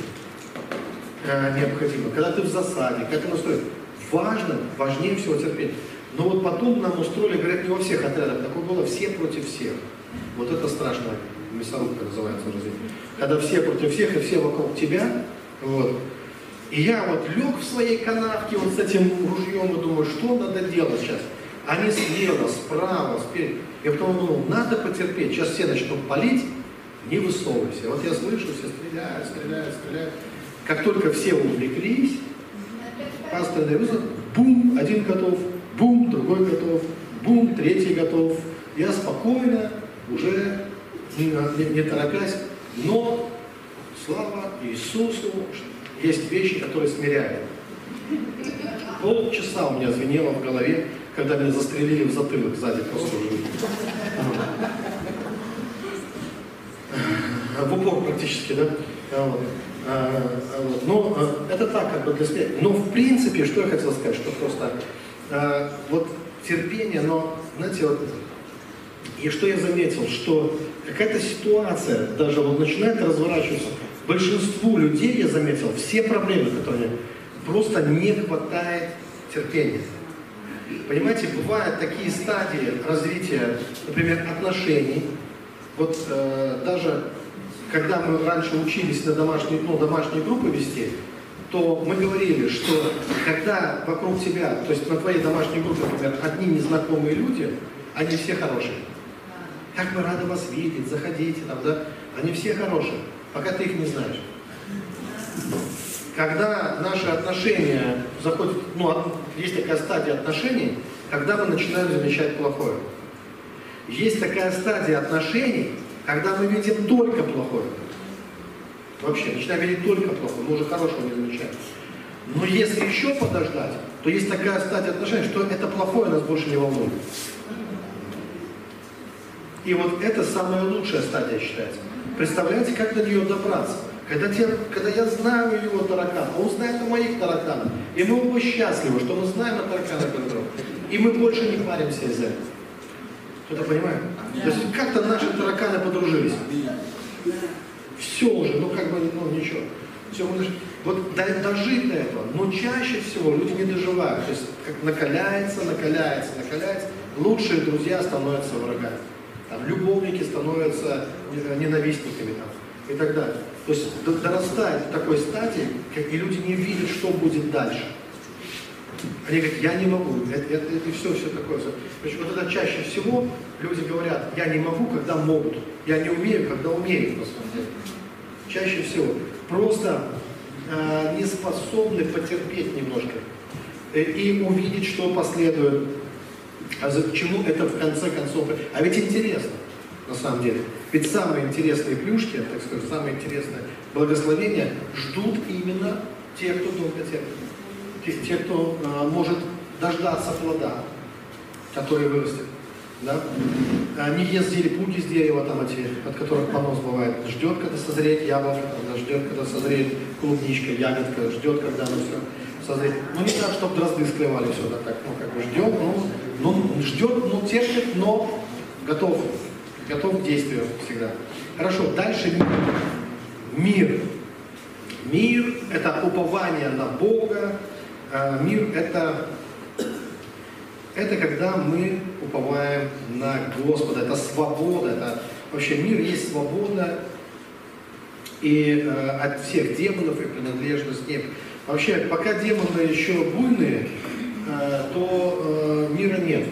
необходимо. Когда ты в засаде, как это настроить, важнее всего терпение. Но вот потом нам устроили, говорят, не во всех отрядах, такое было все против всех. Вот это страшно, мясорубка называется в жизни. Когда все против всех и все вокруг тебя, вот. И я вот лег в своей канавке вот с этим ружьем и думаю, что надо делать сейчас? Они слева, справа, спереди. Я потом думал, надо потерпеть, сейчас все начнут палить, не высовывайся. Вот я слышу, все стреляют. Как только все увлеклись, пастор вызов, бум, один готов, бум, другой готов, бум, третий готов. Я спокойно, уже не торопясь, но слава Иисусу, есть вещи, которые смиряют. Полчаса у меня звенело в голове, когда меня застрелили в затылок сзади просто уже. В упор практически, да? Но это так, как бы для себя. Но в принципе, что я хотел сказать, что просто вот терпение, но, знаете, вот, и что я заметил, что какая-то ситуация даже вот начинает разворачиваться. Большинству людей, я заметил, все проблемы, которые просто не хватает терпения. Понимаете, бывают такие стадии развития, например, отношений. Вот даже когда мы раньше учились на домашние группы вести, то мы говорили, что когда вокруг тебя, то есть на твоей домашней группе, например, одни незнакомые люди, они все хорошие. Как мы рады вас видеть, заходите там, да? Они все хорошие, пока ты их не знаешь. Когда наши отношения заходят, есть такая стадия отношений, когда мы начинаем замечать плохое. Есть такая стадия отношений, когда мы видим только плохое. Вообще, начинаем видеть только плохое, мы уже хорошего не замечаем. Но если еще подождать, то есть такая стадия отношений, что это плохое нас больше не волнует. И вот это самая лучшая стадия считается. Представляете, как до нее добраться? Когда я знаю его таракана, он знает о моих тараканах, и мы оба счастливы, что мы знаем о тараканах друг друга, и мы больше не паримся из-за этого. Кто-то понимает? То есть как-то наши тараканы подружились. Все уже, ничего. Все, вот дожить до этого, но чаще всего люди не доживают. То есть как накаляется, лучшие друзья становятся врагами. Там, любовники становятся ненавистниками и так далее. То есть дорастает до такой стадии, и люди не видят, что будет дальше. Они говорят, я не могу, и все такое. Значит, вот это чаще всего люди говорят, я не могу, когда могут. Я не умею, когда умеют, на самом деле. Чаще всего. Просто не способны потерпеть немножко. И увидеть, что последует. А к чему это в конце концов? А ведь интересно, на самом деле. Ведь самые интересные плюшки, так сказать, самые интересные благословения ждут именно те, кто долго терпит. Те, кто может дождаться плода, который вырастет. Да? Не ест зелепуги с дерева, там эти, от которых понос бывает. Ждет, когда созреет яблоко, ждет, когда созреет клубничка, ягодка, ждет, когда оно все созреет. Ну не так, чтобы дрозды склевали все, да, так, ну как бы ждет, ждет, ну терпит, но готов к действию всегда. Хорошо, дальше мир. Мир – это упование на Бога. Мир – это когда мы уповаем на Господа. Это свобода. Это вообще мир есть свобода и от всех демонов и принадлежность им. Вообще, пока демоны еще буйные, то мира нет.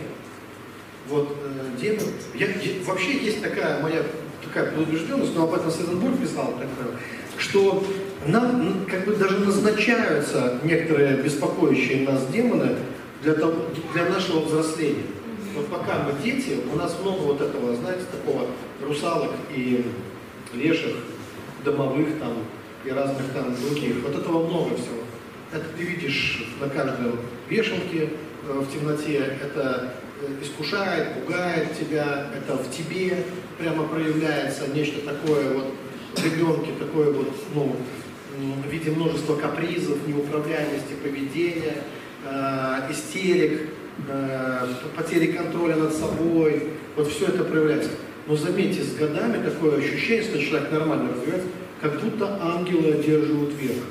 Вот демон. Вообще есть такая моя предубежденность, но об этом Светенбург писал, что нам как бы даже назначаются некоторые беспокоящие нас демоны для нашего взросления. Вот пока мы дети, у нас много вот этого, знаете, такого русалок и леших, домовых там и разных там других. Вот этого много всего. Это ты видишь на каждом вешалке в темноте, это искушает, пугает тебя, это в тебе прямо проявляется нечто такое вот в ребенке, такое вот, ну, в виде множества капризов, неуправляемости поведения, истерик, потери контроля над собой, вот все это проявляется. Но заметьте, с годами такое ощущение, что человек нормально развивается, как будто ангелы одерживают верх.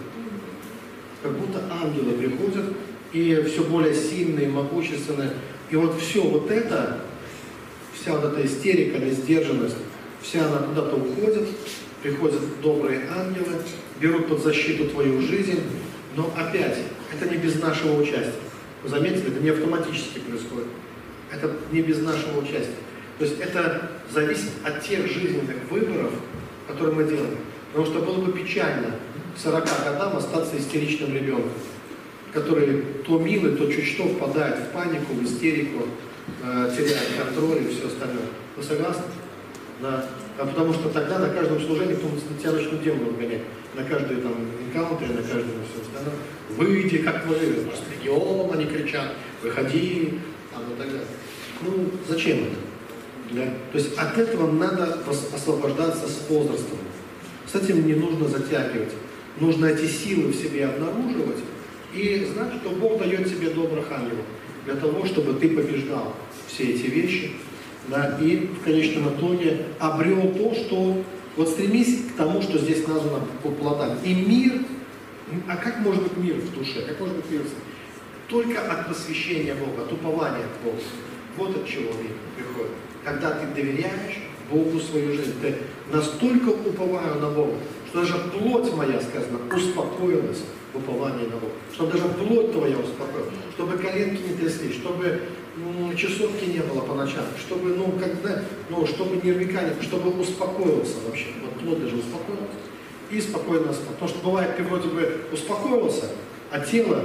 Как будто ангелы приходят и все более сильные, могущественные. И вот все вот это, вся вот эта истерика, несдержанность, вся она куда-то уходит, приходят добрые ангелы, берут под защиту твою жизнь, но опять, это не без нашего участия. Вы заметили, это не автоматически происходит. Это не без нашего участия. То есть это зависит от тех жизненных выборов, которые мы делаем. Потому что было бы печально к 40 годам остаться истеричным ребенком, который то милый, то чуть что впадает в панику, в истерику, теряет контроль и все остальное. Вы согласны? Да. А потому что тогда на каждом служении на тебя начнут демонов гонять. На каждой там энкаунтере, на каждом все остальное. Выйди, как вы, просто легион, они кричат, выходи, там и так далее. Ну, зачем это? Да? То есть от этого надо освобождаться с возрастом. С этим не нужно затягивать. Нужно эти силы в себе обнаруживать и знать, что Бог дает тебе добрых ангелов для того, чтобы ты побеждал все эти вещи, да, и в конечном итоге обрел то, что... Вот стремись к тому, что здесь названо по плодам. И мир, а как может быть мир в душе? Как может быть мир? Только от посвящения Бога, от упования к Богу. Вот от чего мир приходит. Когда ты доверяешь Богу свою жизнь, ты настолько уповаю на Бога, что даже плоть моя, сказано, успокоилась в уповании на Бога. Чтобы даже плоть твоя успокоилась, чтобы коленки не тряслись, чтобы часовки не было по ночам, чтобы, чтобы нервика не было, чтобы успокоился вообще. Вот плоть даже успокоилась и спокойно спал. Потому что бывает, ты вроде бы успокоился, а тело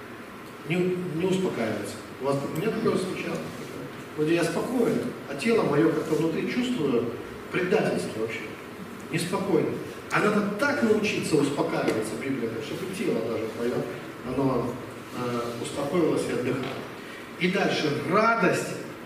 не успокаивается. У меня такое случалось. Вроде я спокоен, а тело мое как-то внутри чувствую предательство вообще. Неспокойно. А надо так научиться успокаиваться, Библия говорит, чтобы тело даже твое, оно успокоилось и отдыхало. И дальше радость.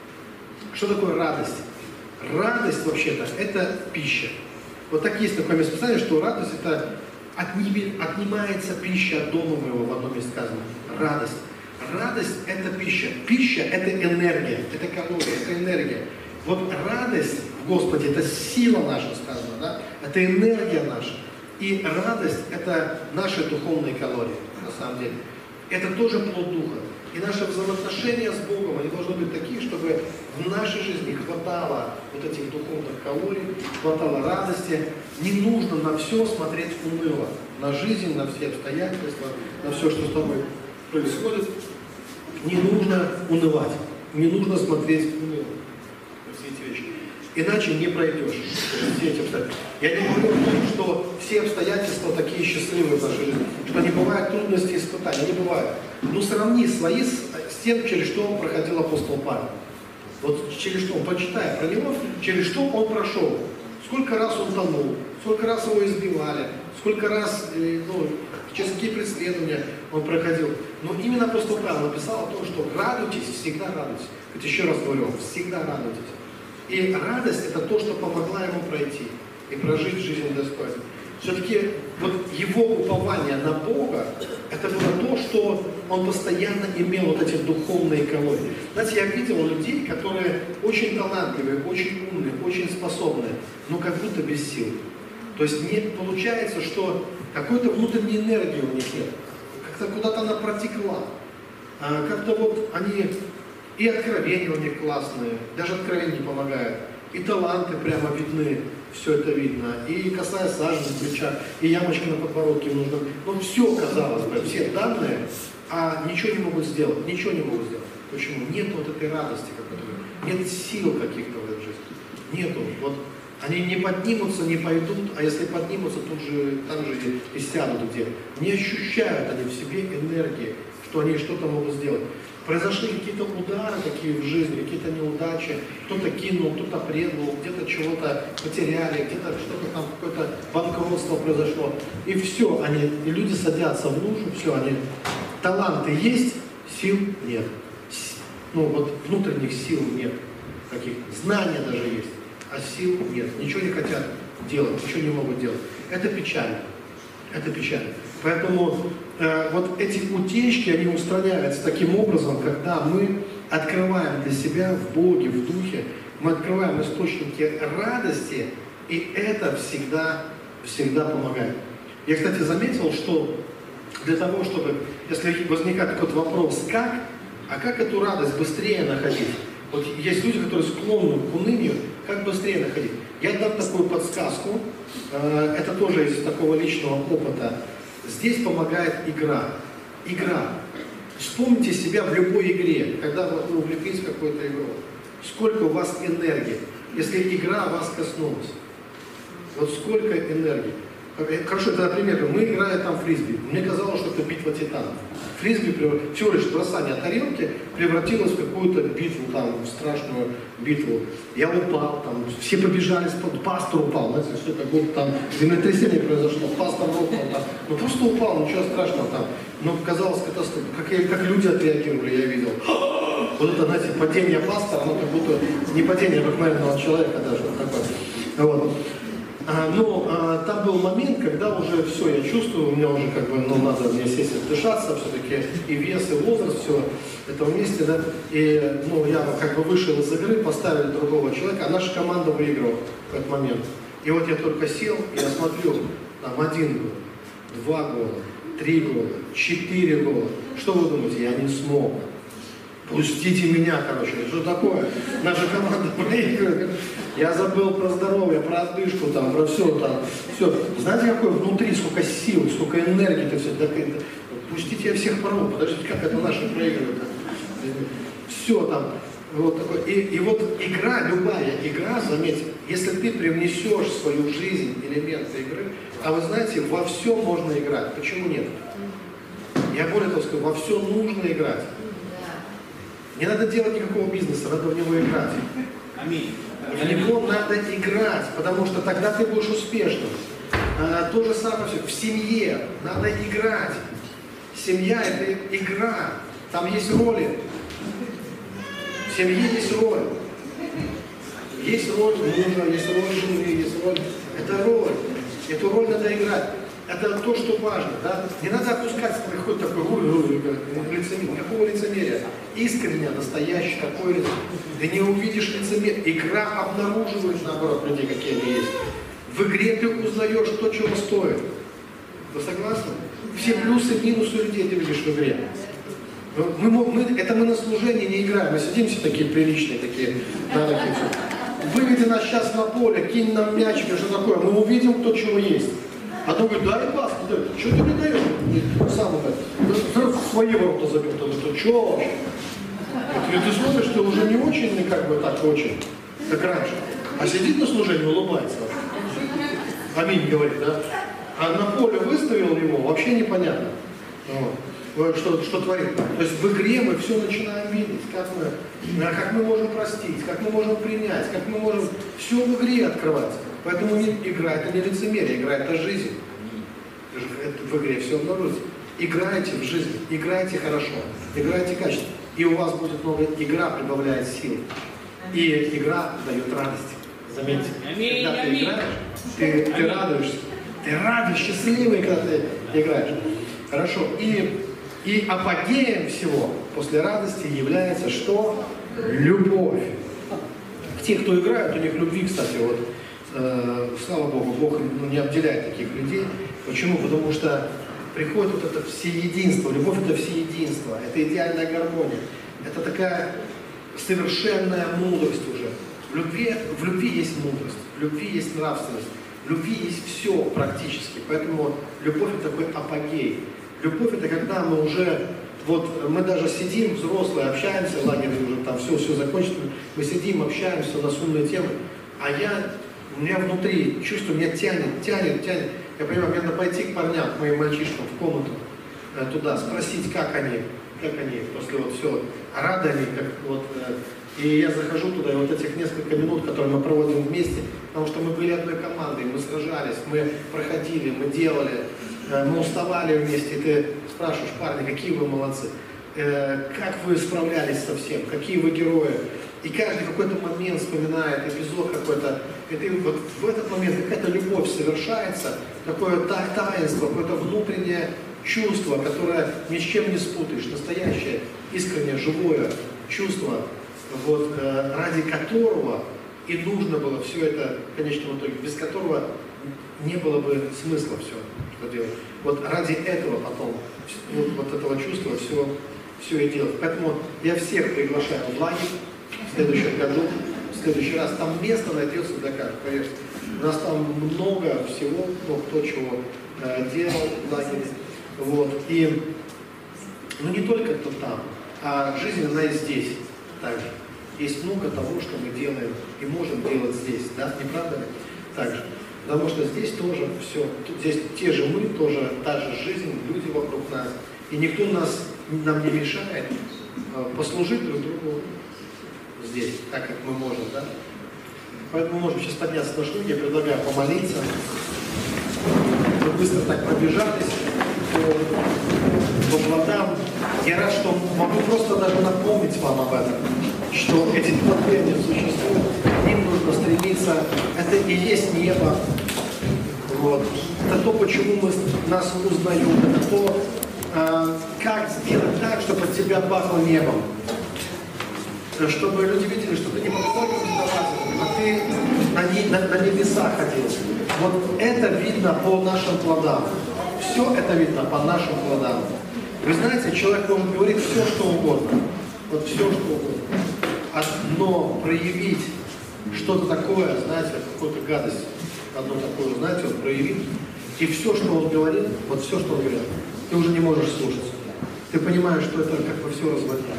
Что такое радость? Радость вообще-то это пища. Вот так есть такое местописание, что радость это отнимается пища от дома моего, в одном месте сказано. Радость. Радость это пища. Пища это энергия, это калория, это энергия. Вот радость в Господе это сила наша, сказано, да? Это энергия наша. И радость это наши духовные калории, на самом деле. Это тоже плод Духа. И наши взаимоотношения с Богом, они должны быть такие, чтобы в нашей жизни хватало вот этих духовных калорий, хватало радости. Не нужно на все смотреть уныло. На жизнь, на все обстоятельства, на все, что с тобой происходит. Не нужно унывать. Не нужно смотреть уныло на все эти вещи. Иначе не пройдешь все эти обстоятельства. Я не говорю о том, что все обстоятельства такие счастливые в нашей жизни, что не бывает трудностей и испытаний, не бывает. Но сравни свои с тем, через что он проходил апостол Павел. Вот через что он, почитай про него, через что он прошел. Сколько раз он тонул, сколько раз его избивали, сколько раз, через какие преследования он проходил. Но именно апостол Павел написал о том, что радуйтесь, всегда радуйтесь. Вот еще раз говорю, всегда радуйтесь. И радость – это то, что помогла ему пройти и прожить жизнь достойно. Все-таки вот его упование на Бога, это было то, что он постоянно имел вот эти духовные колонии. Знаете, я видел людей, которые очень талантливые, очень умные, очень способные, но как будто без сил. То есть не получается, что какой-то внутренней энергии у них нет. Как-то куда-то она протекла. Как-то вот они, и откровения у них классные, даже откровения не помогают. И таланты прямо видны, все это видно. И касаясь саженных плеча, и ямочки на подбородке нужно. Ну все, казалось бы, все данные, а ничего не могут сделать, ничего не могут сделать. Почему? Нет вот этой радости, нет сил каких-то в этой жизни. Нету. Вот они не поднимутся, не пойдут, а если поднимутся, тут же, там же и сядут где. Не ощущают они в себе энергии, что они что-то могут сделать. Произошли какие-то удары такие в жизни, какие-то неудачи, кто-то кинул, кто-то предал, где-то чего-то потеряли, где-то что-то там, какое-то банкротство произошло. И все, и люди садятся в лужу, все, таланты есть, сил нет. Вот внутренних сил нет, каких-то знания даже есть, а сил нет. Ничего не хотят делать, ничего не могут делать. Это печально. Это печально. Поэтому вот эти утечки, они устраняются таким образом, когда мы открываем для себя в Боге, в Духе, мы открываем источники радости, и это всегда помогает. Я, кстати, заметил, что для того, чтобы, если возникает какой-то вопрос, как эту радость быстрее находить? Вот есть люди, которые склонны к унынию, как быстрее находить? Я дам такую подсказку, это тоже из такого личного опыта. Здесь помогает игра. Игра. Вспомните себя в любой игре, когда вы увлеклись какой-то игрой. Сколько у вас энергии, если игра вас коснулась. Вот сколько энергии. Хорошо, это, например, мы играли там в фрисби. Мне казалось, что это битва титанов. Фрисби, всего лишь бросание тарелки превратилось в какую-то битву, там, в страшную битву. Я упал, там, все побежали, пастор упал, знаете, все как будто там землетрясение произошло, пастор рухнул там. Ну просто упал, ничего страшного там. Но казалось катастрофой. Как люди отреагировали, я видел. Вот это, знаете, падение пастора, оно как будто не падение обыкновенного человека даже. Вот. Вот. Там был момент, когда уже все, я чувствую, у меня уже надо мне сесть отдышаться, все-таки и вес, и возраст, все это вместе, да. И, я вышел из игры, поставили другого человека, а наша команда выиграла в этот момент. И вот я только сел, и я смотрю, там 1 гол, 2 гола, 3 гола, 4 гола. Что вы думаете, я не смог. Пустите меня, что такое? Наша команда проигрывает. Я забыл про здоровье, про отдышку, там, про все. Знаете, какое внутри, сколько сил, сколько энергии. Пустите, я всех порву. Подождите, как это наши проигрывают? Все там. Вот такое. И вот игра, любая игра, заметьте, если ты привнесешь в свою жизнь элементы игры, а вы знаете, во все можно играть. Почему нет? Я более того скажу, во все нужно играть. Не надо делать никакого бизнеса, надо в него играть. Аминь. В него надо играть, потому что тогда ты будешь успешным. То же самое все. В семье надо играть. Семья – это игра. Там есть роли. В семье есть роль. Есть роль мужа, есть роль жены, есть роль. Это роль. Эту роль надо играть. Это то, что важно, да? Не надо опускаться на какой-то такой лицемерие. Какого лицемерия? Искренне, настоящий такой лицемерие. Ты не увидишь лицемерие. Игра обнаруживает, наоборот, людей, какие они есть. В игре ты узнаешь то, чего стоит. Вы согласны? Все плюсы и минусы людей ты видишь в игре. Это мы на служении не играем. Мы сидим все такие приличные, такие, да, такие все. Выведи нас сейчас на поле, кинь нам мячик, что такое. Мы увидим, кто чего есть. А то говорит, дай пас, что ты не даешь? Сам говорит, свои ворота забил, ты что вообще? Ты смотришь, ты уже не очень, так очень, как раньше. А сидит на служении, улыбается. Аминь говорит, да? А на поле выставил его, вообще непонятно. Что творит. То есть в игре мы все начинаем видеть, как мы можем простить, как мы можем принять, как мы можем все в игре открывать. Поэтому игра это не лицемерие, игра это жизнь. В игре все обнаружится. Играйте в жизнь, играйте хорошо, играйте качественно. И у вас будет новая игра, прибавляет сил. И игра дает радость. Заметьте, когда ты играешь, ты радуешься. Ты радуешься, счастливый, когда ты играешь. Хорошо. И апогеем всего после радости является что? Любовь. Те, кто играют, у них любви, кстати, вот, слава Богу, Бог не обделяет таких людей. Почему? Потому что приходит вот это всеединство. Любовь это всеединство, это идеальная гармония. Это такая совершенная мудрость уже. В любви есть мудрость, в любви есть нравственность, в любви есть все практически. Поэтому любовь это такой апогей. Любовь это когда мы уже, вот мы даже сидим, взрослые, общаемся, в лагере уже там все закончено, мы сидим, общаемся, у нас умные темы, а у меня внутри чувство, меня тянет. Я понимаю, мне надо пойти к парням, к моим мальчишкам в комнату, туда, спросить, как они после вот все, рады они, как вот. И я захожу туда, и вот этих несколько минут, которые мы проводим вместе, потому что мы были одной командой, мы сражались, мы проходили, мы делали, мы уставали вместе, и ты спрашиваешь, парни, какие вы молодцы, как вы справлялись со всем, какие вы герои. И каждый в какой-то момент вспоминает эпизод какой-то, и ты вот в этот момент какая-то любовь совершается, какое-то таинство, какое-то внутреннее чувство, которое ни с чем не спутаешь, настоящее, искреннее, живое чувство, вот, ради которого и нужно было все это в конечном итоге, без которого не было бы смысла все, что делать. Вот ради этого потом, вот этого чувства все и делать. Поэтому я всех приглашаю в лагерь в следующем году, в следующий раз. Там место найдется для каждого, поверьте. У нас там много всего, кто чего делал в лагере. Вот. И не только кто там, а жизнь она и здесь также. Есть много того, что мы делаем и можем делать здесь, да, не правда ли? Также. Потому что здесь тоже все, здесь те же мы, тоже та же жизнь, люди вокруг нас. И никто нам не мешает послужить друг другу здесь, так как мы можем, да? Поэтому мы можем сейчас подняться на ноги, я предлагаю помолиться. Мы быстро так пробежались по плодам. Я рад, что могу просто даже напомнить вам об этом, что эти плоды, они существуют, к ним нужно стремиться. Это и есть небо. Вот. Это то, почему нас узнают. Это то, как сделать так, чтобы от тебя пахло небом. Чтобы люди видели, что ты не только преподаватель, а ты на небеса ходил. Вот это видно по нашим плодам. Все это видно по нашим плодам. Вы знаете, человек может говорить все, что угодно. Вот все, что угодно. Но проявить что-то такое, знаете, какую-то гадость, одну такую, знаете, он проявит. И все, что он говорит, вот все, что он говорит, ты уже не можешь слушать. Ты понимаешь, что это как бы все разводня.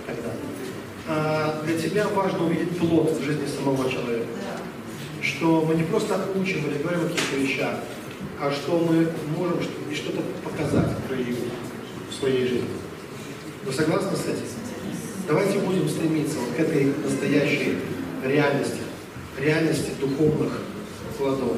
Для тебя важно увидеть плод в жизни самого человека. Что мы не просто учим или говорим о каких-то вещах, а что мы можем что-то показать, проявить в своей жизни. Вы согласны с этим? Давайте будем стремиться вот к этой настоящей реальности духовных плодов.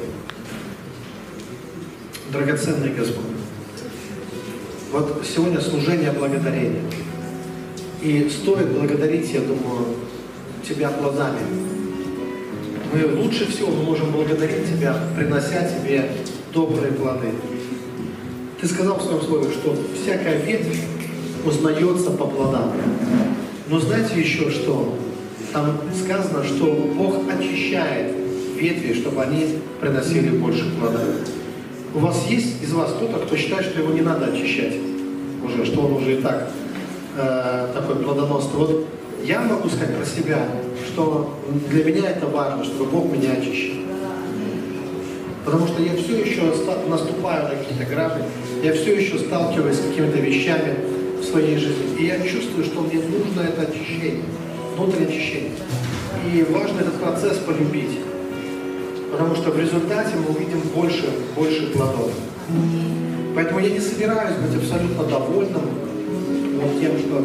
Драгоценный Господь. Вот сегодня служение благодарения. И стоит благодарить, я думаю, Тебя плодами. Мы лучше всего мы можем благодарить Тебя, принося Тебе добрые плоды. Ты сказал в своем слове, что всякая ветвь узнается по плодам. Но знаете еще что? Там сказано, что Бог очищает ветви, чтобы они приносили больше плода. У вас есть из вас кто-то, кто считает, что его не надо очищать уже, что он уже и так такой плодоносный. Вот я могу сказать про себя, что для меня это важно, чтобы Бог меня очищал. Потому что я все еще наступаю на какие-то грабли, я все еще сталкиваюсь с какими-то вещами в своей жизни. И я чувствую, что мне нужно это очищение, внутреннее очищение. И важно этот процесс полюбить. Потому что в результате мы увидим больше плодов. Поэтому я не собираюсь быть абсолютно довольным тем, что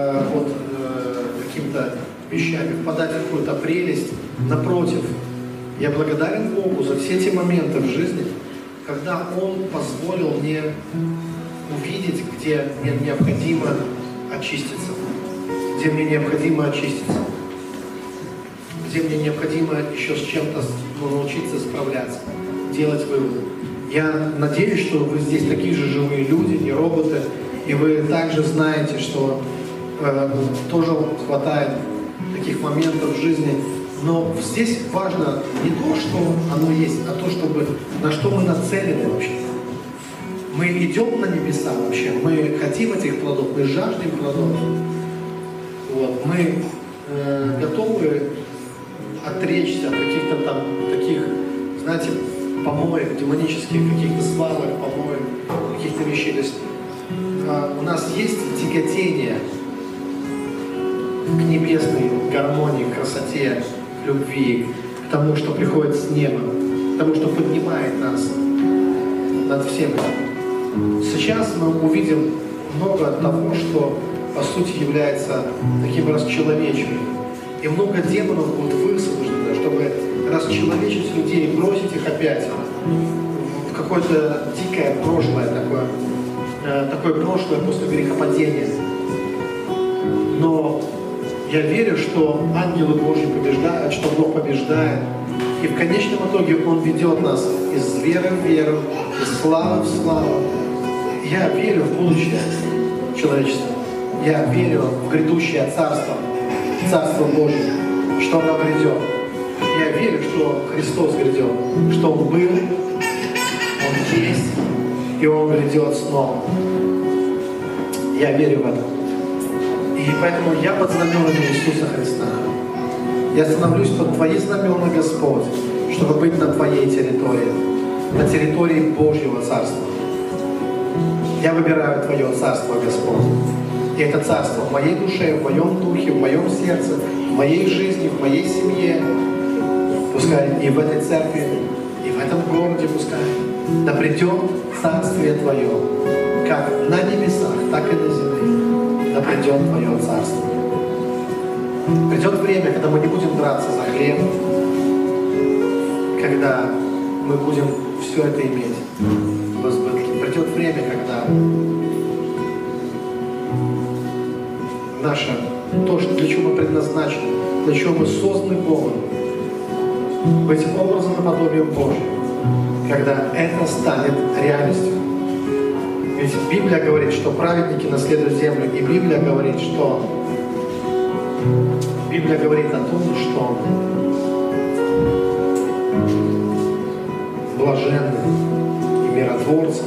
какими-то вещами впадать в какую-то прелесть. Напротив, Я благодарен Богу за все те моменты в жизни, когда Он позволил мне увидеть, где мне необходимо очиститься, где мне необходимо очиститься, где мне необходимо еще с чем-то научиться справляться, делать выводы. Я надеюсь, что вы здесь такие же живые люди, не роботы, и вы также знаете, что тоже хватает таких моментов в жизни. Но здесь важно не то, что оно есть, а то, чтобы, на что мы нацелены вообще. Мы идем на небеса вообще, мы хотим этих плодов, мы жаждем плодов. Вот. Мы готовы отречься от каких-то там таких, знаете, помоек демонических, каких-то славок, помоек, каких-то вещей. То есть у нас есть тяготение к небесной гармонии, к красоте, к любви, к тому, что приходит с неба, к тому, что поднимает нас над всем. Сейчас мы увидим много того, что по сути является таким расчеловечением. И много демонов будет высвобождено, чтобы расчеловечить людей, бросить их опять в какое-то дикое прошлое, такое прошлое после грехопадения. Но я верю, что ангелы Божьи побеждают, что Бог побеждает. И в конечном итоге Он ведет нас из веры в веру, из славы в славу. Я верю в будущее человечества. Я верю в грядущее Царство, Царство Божье, что оно грядет. Я верю, что Христос грядет, что Он был, Он есть, и Он грядет снова. Я верю в это. И поэтому я под знаменами Иисуса Христа. Я становлюсь под Твои знамена, Господь, чтобы быть на Твоей территории, на территории Божьего Царства. Я выбираю Твое Царство, Господь. И это Царство в моей душе, в моем духе, в моем сердце, в моей жизни, в моей семье. Пускай и в этой церкви, и в этом городе, пускай. Да придет Царствие Твое, как на небесах, так и на земле. Да придет Твое Царство. Придет время, когда мы не будем драться за хлеб, когда мы будем все это иметь в избытке. Придет время, когда наше, то, для чего мы предназначены, для чего мы созданы Богом, быть образом и подобием Божьим, когда это станет реальностью. Ведь Библия говорит, что праведники наследуют землю, и Библия говорит о том, что блаженны и миротворцы.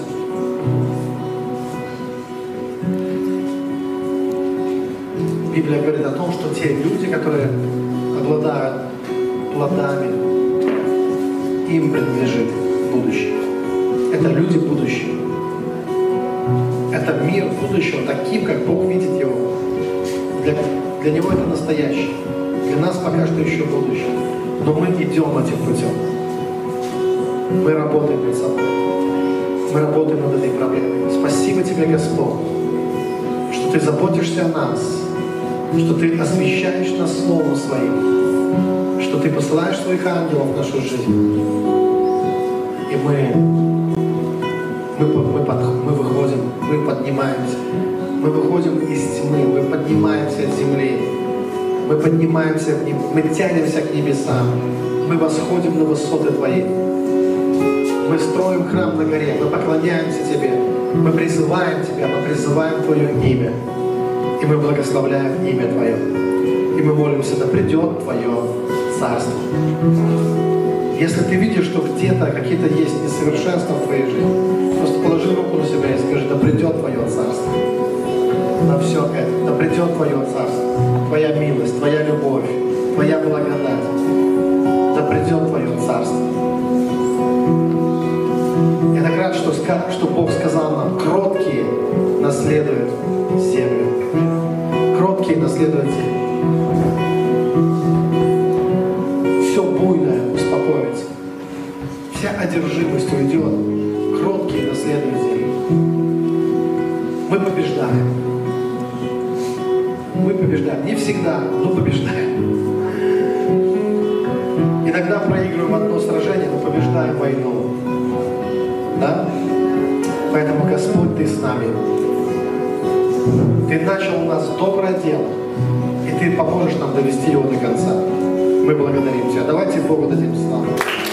Библия говорит о том, что те люди, которые обладают плодами, им принадлежит будущее. Это люди будущего. Это мир будущего, таким, как Бог видит его. Для него это настоящее. Для нас пока что еще будущее. Но мы идем этим путем. Мы работаем над собой. Мы работаем над этой проблемой. Спасибо Тебе, Господь, что Ты заботишься о нас, что Ты освящаешь нас Словом Своим, что Ты посылаешь Своих ангелов в нашу жизнь. И мы выходим, мы поднимаемся. Мы выходим из тьмы, мы поднимаемся от земли. Мы поднимаемся, мы тянемся к небесам. Мы восходим на высоты Твои. Мы строим храм на горе, мы поклоняемся Тебе. Мы призываем Тебя, мы призываем Твое имя. И мы благословляем имя Твое. И мы молимся, да придет Твое Царство. Если ты видишь, что где-то какие-то есть несовершенства в твоей жизни, просто положи руку на себя и скажи, да придет Твое Царство. На все это, да придет Твое Царство, Твоя милость, Твоя любовь, Твоя благодать. Да придет Твое Царство. Я так рад, что Бог сказал нам, кроткие наследуют землю. Кроткие наследуют землю. Все буйное успокоится. Вся одержимость уйдет. Кроткие наследуют землю. Мы побеждаем. Мы побеждаем. Не всегда, но побеждаем. И Иногда проигрываем одно сражение, но побеждаем войну. Да? Поэтому, Господь, Ты с нами. Ты начал у нас доброе дело, и Ты поможешь нам довести его до конца. Мы благодарим Тебя. Давайте Богу дадим славу.